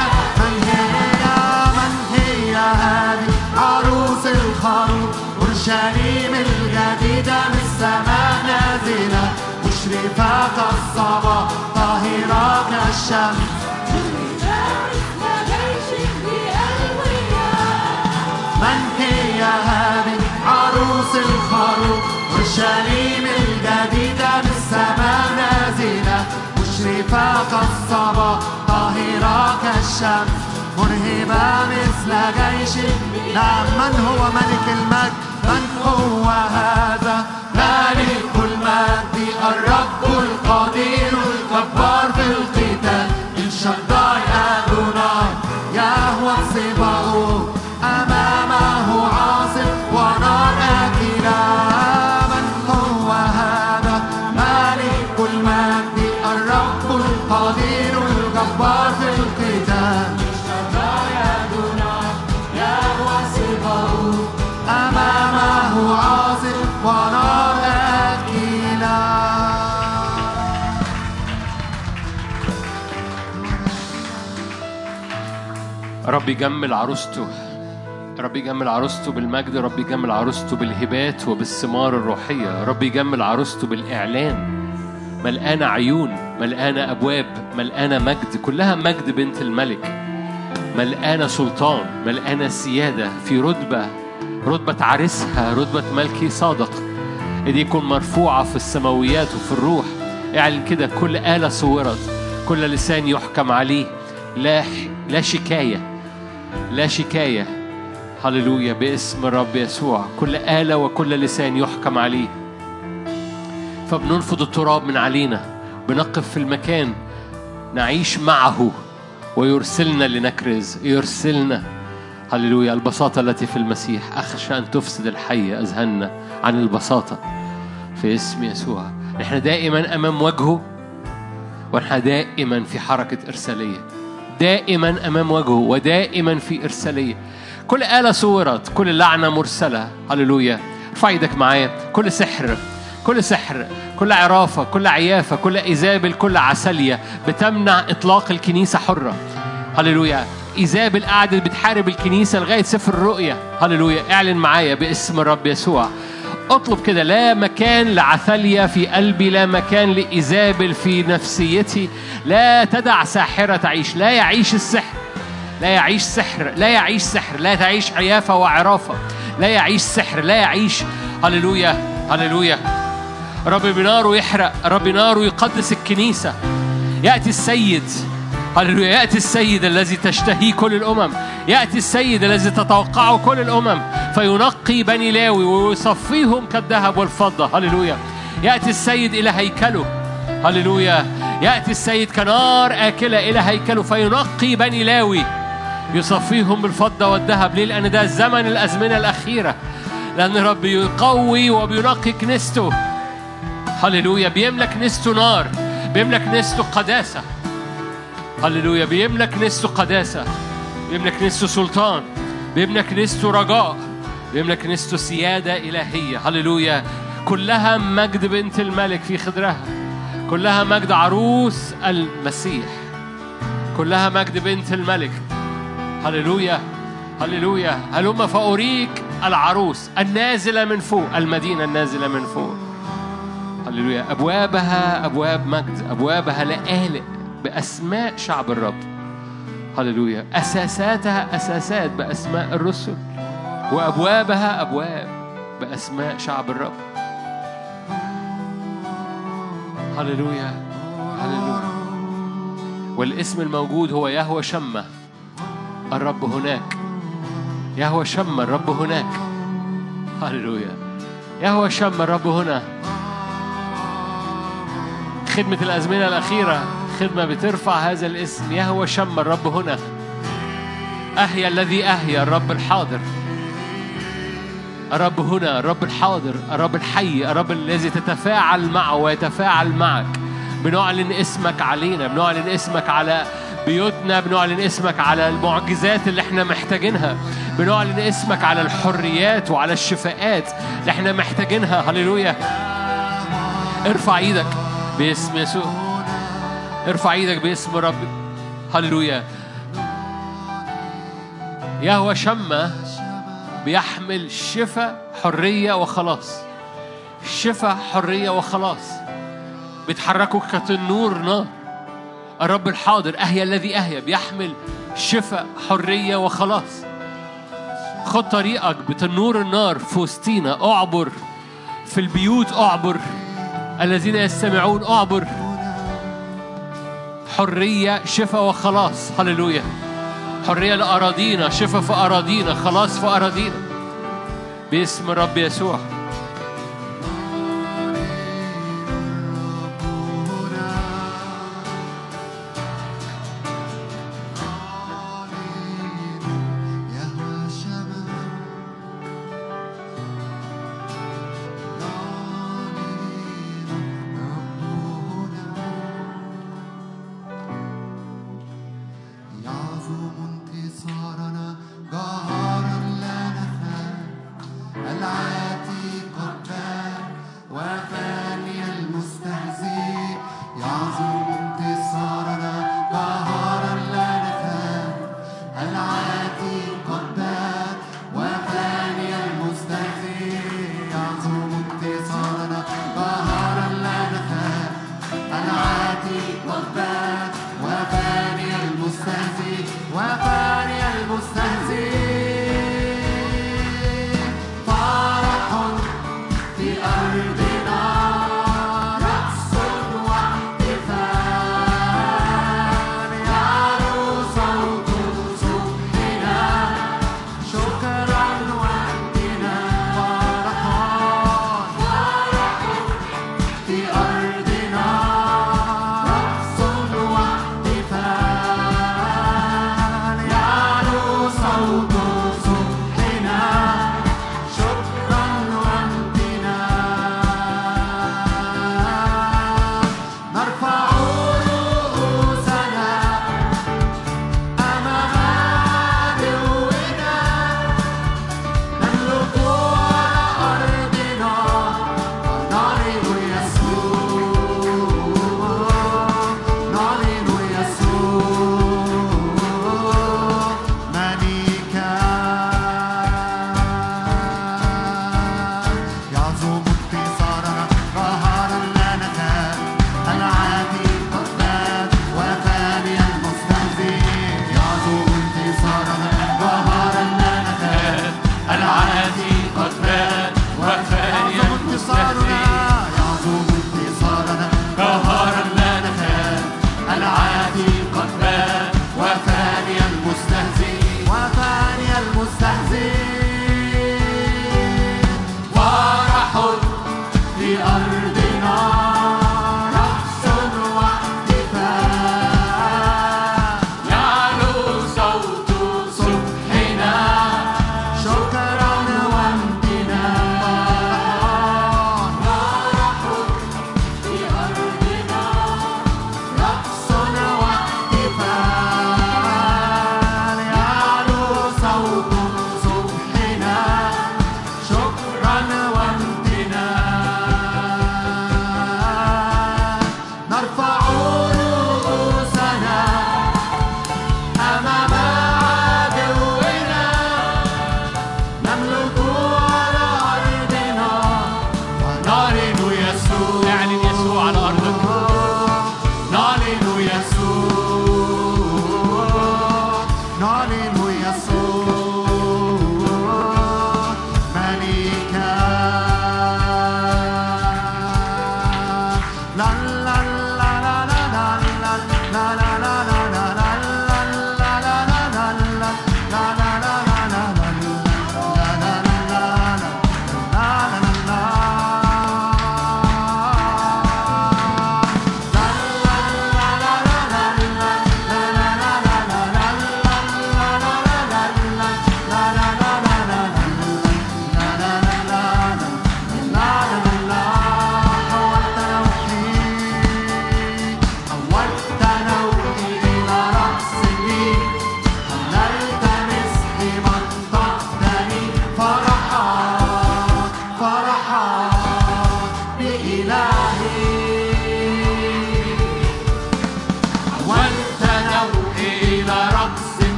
من هي هذه عروس الخروف أورشليم الجديدة من السماء نازلة مشرفة كالصباح طاهرة كالشمس من هي هذه عروس الخروف أورشليم الجديدة من السماء نازلة مشرفة كالصباح طاهرة كالشمس مرهبة مثل جيش. نعم من هو ملك المجد من هو هذا مالك المجد الرب القدير الجبار في القتال الشداي أدوناي يهوى الصباؤوت أمامه عاصف ونار آكلة من هو هذا مالك المجد الرب القدير الجبار في القتال الشداي أدوناي يهوى الصباؤوت أمامه عاصف ونار آكلة. رب يجمل عروسته، رب يجمل عروسته بالمجد، رب يجمل عروسته بالهبات وبالثمار الروحية، رب يجمل عروسته بالإعلان. ملقانة عيون، ملقانة أبواب، ملقانة مجد، كلها مجد بنت الملك، ملقانة سلطان، ملقانة سيادة في رتبة عريسها، رتبة ملكي صادق. ايديكم مرفوعة في السماويات وفي الروح. اعلن كده: كل آلة صورت، كل لسان يحكم عليه، لا شكاية، لا شكاية. هللويا باسم الرب يسوع. كل آلة وكل لسان يحكم عليه. فبننفض التراب من علينا، بنقف في المكان نعيش معه ويرسلنا لنكرز، يرسلنا. هللويا. البساطة التي في المسيح. أخشى أن تفسد الحية أذهاننا عن البساطة في اسم يسوع. نحن دائما أمام وجهه، ونحن دائما في حركة إرسالية، دائما أمام وجهه ودائما في إرسالية. كل آلة صورت، كل لعنة مرسلة. هللويا. ارفع ايدك معايا. كل سحر، كل سحر، كل عرافة، كل عيافة، كل إيزابل، كل عسلية بتمنع إطلاق الكنيسة حرة. هللويا. إيزابل قاعدة بتحارب الكنيسة لغاية سفر الرؤيا. هللويا. اعلن معايا باسم الرب يسوع. اطلب كده: لا مكان لعثاليا في قلبي، لا مكان لإيزابل في نفسيتي. لا تدع ساحرة تعيش، لا يعيش السحر، لا يعيش سحر، لا يعيش سحر، لا تعيش عيافة وعرافة، لا يعيش سحر، لا يعيش. هللويا هللويا. رب بناره يحرق، رب بناره يقدس الكنيسة. يأتي السيد. هللويا. يأتي السيد الذي تشتهيه كل الأمم، يأتي السيد الذي تتوقعه كل الأمم، فينقي بني لاوي ويصفيهم كالذهب والفضة. هللويا. يأتي السيد إلى هيكله. هللويا. يأتي السيد كنار آكلة إلى هيكله، فينقي بني لاوي يصفيهم بالفضة والذهب. ليه؟ لأن ده زمن الأزمنة الأخيرة، لأن رب يقوي وبينقي كنيسته. هللويا. بيملك كنيسته نار، بيملك كنيسته قداسة. هللويا. بيملك كنيسته قداسة، بيملك كنيسته سلطان، بيملك كنيسته رجاء، بيملك كنيسته سيادة إلهية. هللويا. كلها مجد بنت الملك في خدرها، كلها مجد عروس المسيح، كلها مجد بنت الملك. هللويا هللويا. هلما فأريك العروس النازلة من فوق، المدينة النازلة من فوق. هللويا. أبوابها أبواب مجد، أبوابها لآلئ بأسماء شعب الرب. هللويا. أساساتها أساسات بأسماء الرسل، وأبوابها أبواب بأسماء شعب الرب. هللويا هللويا. والاسم الموجود هو يهوى شمة، الرب هناك. يهوى شمة، الرب هناك. هللويا. يهوى شمة، الرب هنا. خدمة الأزمنة الأخيرة خدمة بترفع هذا الاسم. يهوى شمة، الرب هنا. أحيا الذي أحيا، الرب الحاضر. الرب هنا، الرب الحاضر، الرب الحي، الرب الذي تتفاعل معه ويتفاعل معك. بنعلن اسمك علينا، بنعلن اسمك على بيوتنا، بنعلن اسمك على المعجزات اللي احنا محتاجينها، بنعلن اسمك على الحريات وعلى الشفاءات اللي احنا محتاجينها. هللويا. ارفع ايدك باسم يسوع، ارفع ايدك باسم رب. هللويا. يهوى شمة بيحمل شفاء، حرية وخلاص. شفاء، حرية وخلاص. بيتحركوا كتنور نار. الرب الحاضر أحيا الذي أحيا بيحمل شفاء، حرية وخلاص. خد طريقك بتنور النار في وسطينا. أعبر في البيوت، أعبر الذين يستمعون، أعبر. حرية، شفاء وخلاص. هللويا. حرية لأراضينا، شفاء في أراضينا، خلاص في أراضينا. باسم الرب يسوع.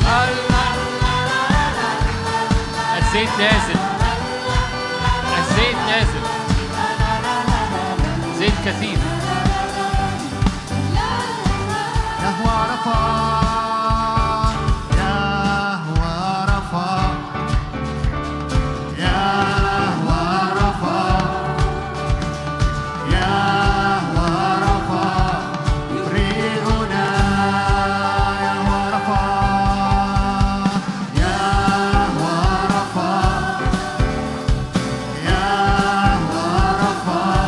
الزيت الكثير. يهوى رفا يهوى رفا يهوى رفا يهوى رفا يبرئنا يهوى رفا يهوى رفا يهوى رفا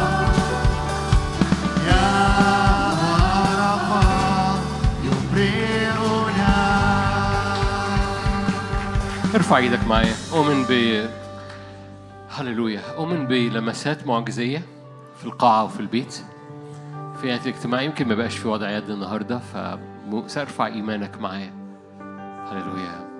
ارفع ايدك معايا. اؤمن هللويا. اؤمن بلمسات معجزيه في القاعه وفي البيت في آية الاجتماع. يمكن ما بقاش في وضع يد النهارده، فسارفع ايمانك معايا. هللويا.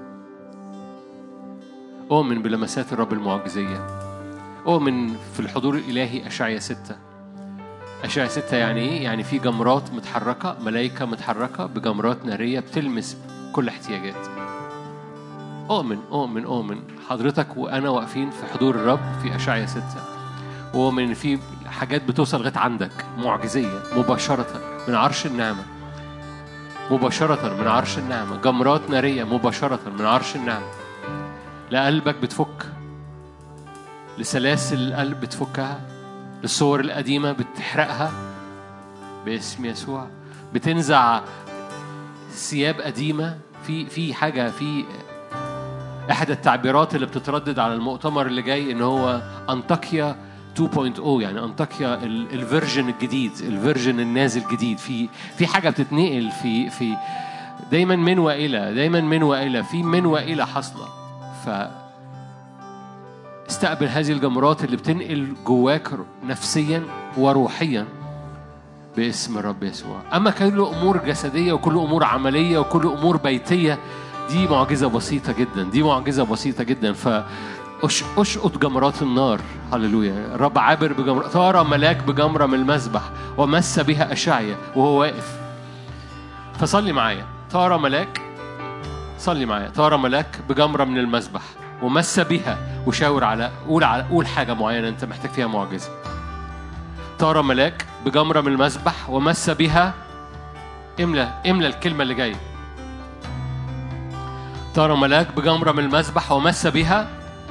اؤمن بلمسات الرب المعجزيه. اؤمن في الحضور الالهي. اشعياء 6. اشعياء 6 يعني ايه؟ يعني في جمرات متحركه، ملائكه متحركه بجمرات ناريه بتلمس كل احتياجات. أؤمن حضرتك وأنا واقفين في حضور الرب في أشعياء 6. وأؤمن إن في حاجات بتوصل لغاية عندك معجزية مباشرة من عرش النعمة، مباشرة من عرش النعمة، جمرات نارية مباشرة من عرش النعمة. لقلبك بتفك، لسلاسل القلب بتفكها، للصور القديمة بتحرقها باسم يسوع. بتنزع ثياب قديمة. في حاجة، في أحد التعبيرات اللي بتتردد على المؤتمر اللي جاي إن هو أنطاكيا 2.0، يعني أنطاكيا الفيرجن الجديد، الفيرجن النازل الجديد. في حاجة بتتنقل في دايما من وإلى، دايما من وإلى، في من وإلى حصلة. استقبل هذه الجمرات اللي بتنقل جواك نفسيا وروحيا باسم الرب يسوع. أما كل أمور جسدية وكل أمور عملية وكل أمور بيتية دي معجزة بسيطة جدا، دي معجزة بسيطة جدا. فأشقط جمرات النار. هللويا. الرب عابر بجمرة. طار ملاك بجمرة من المذبح ومس بها أشعياء وهو واقف. فصلي معايا. طار ملاك، صلي معايا. طار ملاك بجمرة من المذبح ومس بها، وشاور على قول حاجة معينة أنت محتاج فيها معجزة. طار ملاك بجمرة من المذبح ومس بها. املى الكلمة اللي جاية. طار ملاك بجمرة من المذبح ومس بها.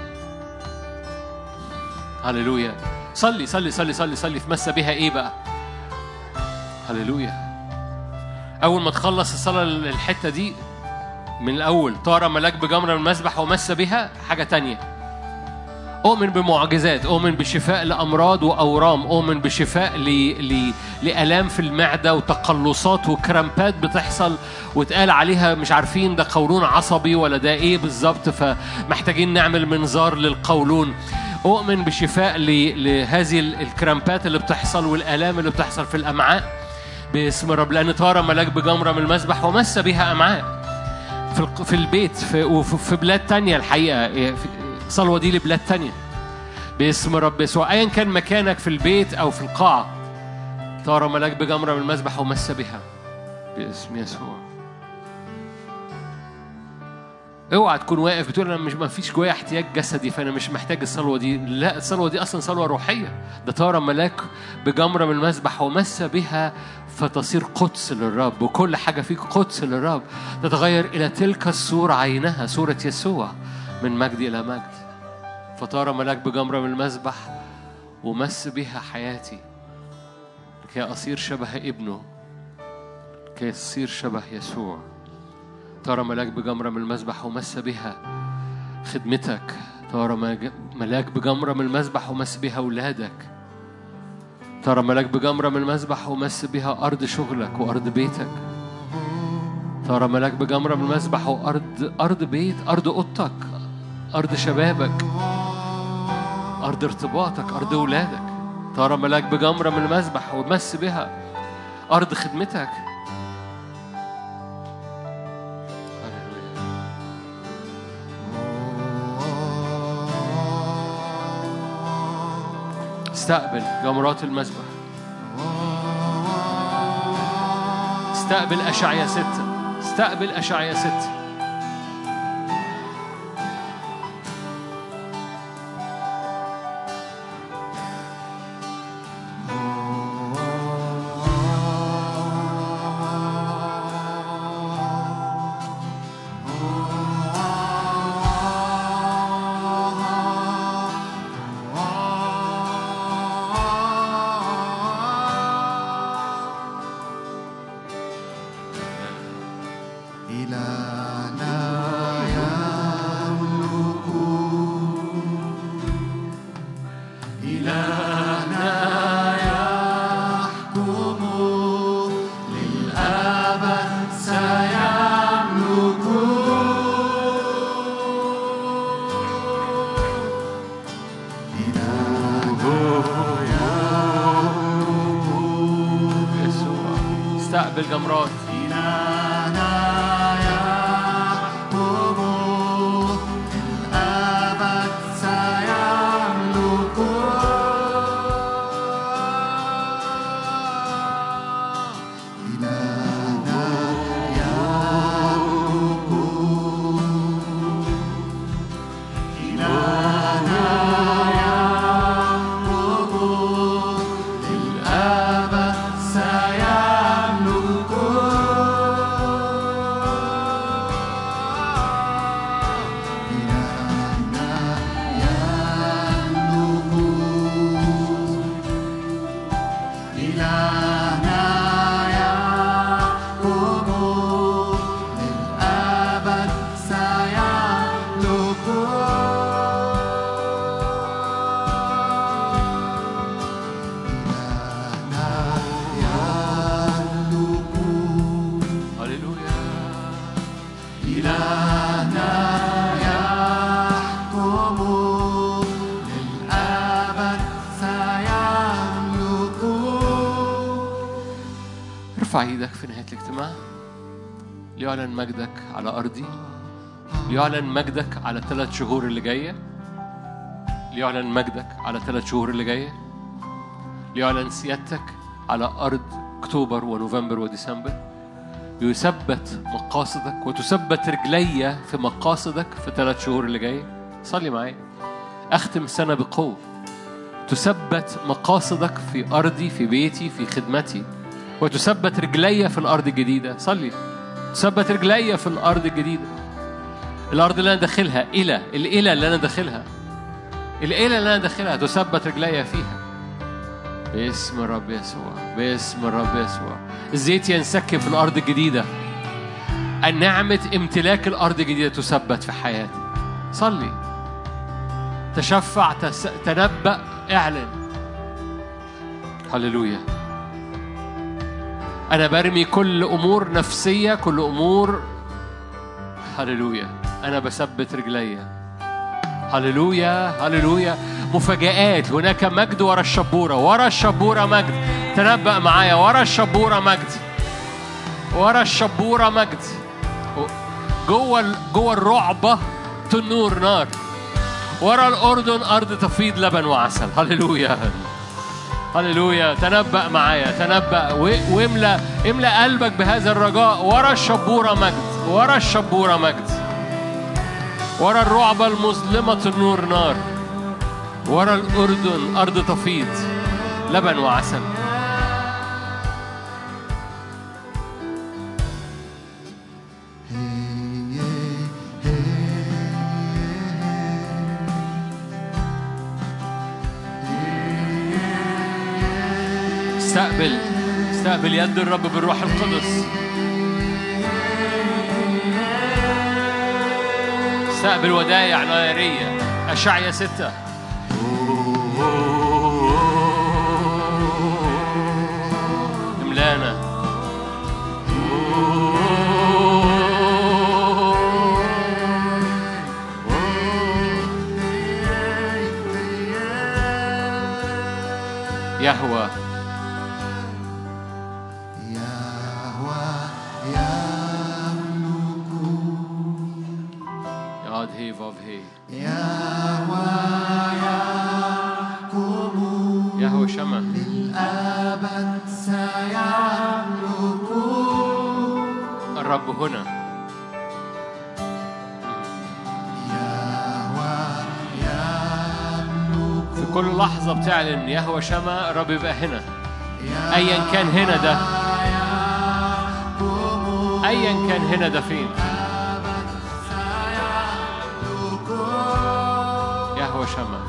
هللويا. صلي صلي صلي صلي صلي. في مس بها ايه بقى؟ هللويا. اول ما تخلص الصلاة الحتة دي من الاول، طار ملاك بجمرة من المذبح ومس بها، حاجة تانية. أؤمن بمعجزات، أؤمن بشفاء لأمراض وأورام، أؤمن بشفاء لآلام في المعدة وتقلصات وكرامبات بتحصل وتقال عليها مش عارفين ده قولون عصبي ولا ده إيه بالظبط، فمحتاجين نعمل منظار للقولون. أؤمن بشفاء لهذه الكرامبات اللي بتحصل والآلام اللي بتحصل في الأمعاء باسم الرب، لأن طار ملاك بجمرة من المذبح ومس بها أمعاء في البيت وفي بلاد تانية. الحقيقة صلوة دي لبلاد تانية باسم رب يسوع. أيا كان مكانك في البيت أو في القاعة، طار ملاك بجمرة من المذبح ومس بها باسم يسوع. اوعى تكون واقف بتقول أنا ما فيش جوايا احتياج جسدي فأنا مش محتاج الصلوة دي. لا، الصلوة دي أصلا صلوة روحية. ده طار ملاك بجمرة من المذبح ومس بها فتصير قدس للرب، وكل حاجة فيك قدس للرب تتغير إلى تلك الصورة عينها، صورة يسوع، من مجد إلى مجد. فطار ملاك بجمرة من المذبح ومس بها حياتي لكي أصير شبه ابنه، لكي أصير شبه يسوع. طار ملاك بجمرة من المذبح ومس بها خدمتك. طار ملاك بجمرة من المذبح ومس بها أولادك. طار ملاك بجمرة من المذبح ومس بها أرض شغلك وأرض بيتك. طار ملاك بجمرة من المذبح وأرض بيت، أرض أوضتك، أرض شبابك، أرض ارتباطك، أرض أولادك. طار ملاك بجمرة من المذبح ومس بها أرض خدمتك. استقبل جمرات المذبح. استقبل أشعياء 6. استقبل أشعياء 6. إلهنا يملك إلهنا يحكم للأبد سيملك يسوع استقبل جمرات إلهنا يحكم للأبد سيملك إلهنا يملك إلهنا يحكم للأبد سيملك إلهنا يحكم للأبد سيملك إلهنا يملك هللويا إلهنا يحكم للأبد سيملك. ارفع ايدك في نهاية الاجتماع. ليعلن مجدك على أرضي، ليعلن مجدك على 3 شهور اللي جاية، ليعلن مجدك على 3 شهور اللي جاية، ليعلن سيادتك على أرض أكتوبر ونوفمبر وديسمبر. يثبت مقاصدك وتثبت رجلي في مقاصدك في 3 شهور اللي جاية. صلي معايا. أختم سنة بقوة. تثبت مقاصدك في أرضي، في بيتي، في خدمتي، وتثبت رجلي في الأرض الجديدة. صلي. تثبت رجلي في الأرض الجديدة، الأرض اللي أنا داخلها، الإله اللي أنا داخلها، الإله اللي أنا داخلها تثبت رجلي فيها باسم الرب يسوع، باسم الرب يسوع. الزيت ينسكب في الأرض الجديدة. النعمة امتلاك الأرض الجديدة تثبت في حياتي. صلي، تشفع، تنبأ، اعلن. هللويا. أنا برمي كل أمور نفسية، كل أمور. هللويا. أنا بثبت رجلي. هللويا هللويا. مفاجآت. هناك مجد ورا الشبورة، ورا الشبورة مجد. تنبأ معايا. ورا الشبورة مجد، ورا الشبورة مجد. جوه الرعبة تنور نار. ورا الأردن أرض تفيض لبن وعسل. هللويا هللويا. تنبأ معايا، تنبأ واملأ قلبك بهذا الرجاء. ورا الشبورة مجد، ورا الشبورة مجد. ورا الرعبة المظلمة النور نار. ورا الأردن أرض تفيض لبن وعسل. استقبل يد الرب بالروح القدس. استقبل ودائع نارية. أشعيا 6. املانا. يهوه يهوه شمع للأبد سيملك. الرب هنا. في كل لحظة بتعلن يهوه شمع. الرب يبقى هنا. أيا كان هنا ده، أيا كان هنا ده فين. يهوه شمع.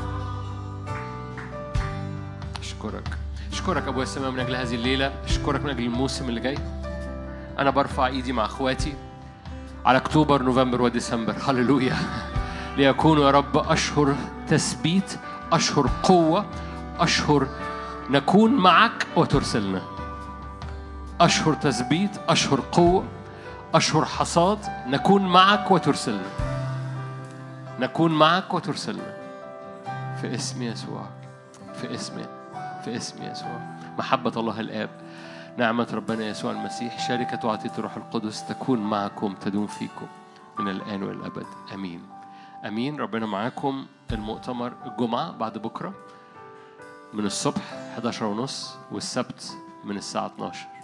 أشكرك أبويا السماء من أجل هذه الليلة. أشكرك من أجل الموسم اللي جاي. أنا برفع إيدي مع أخواتي على أكتوبر نوفمبر وديسمبر. هللويا. ليكونوا يا رب أشهر تثبيت، أشهر قوة، أشهر نكون معك وترسلنا. أشهر تثبيت، أشهر قوة، أشهر حصاد، نكون معك وترسلنا. نكون معك وترسلنا في اسم يسوع، في اسم يسوع. محبة الله الآب، نعمة ربنا يسوع المسيح، شركة وعطية الروح القدس تكون معكم، تدوم فيكم من الآن والأبد. أمين أمين. ربنا معاكم. المؤتمر الجمعة بعد بكرة من الصبح 11:30، والسبت من الساعة 12.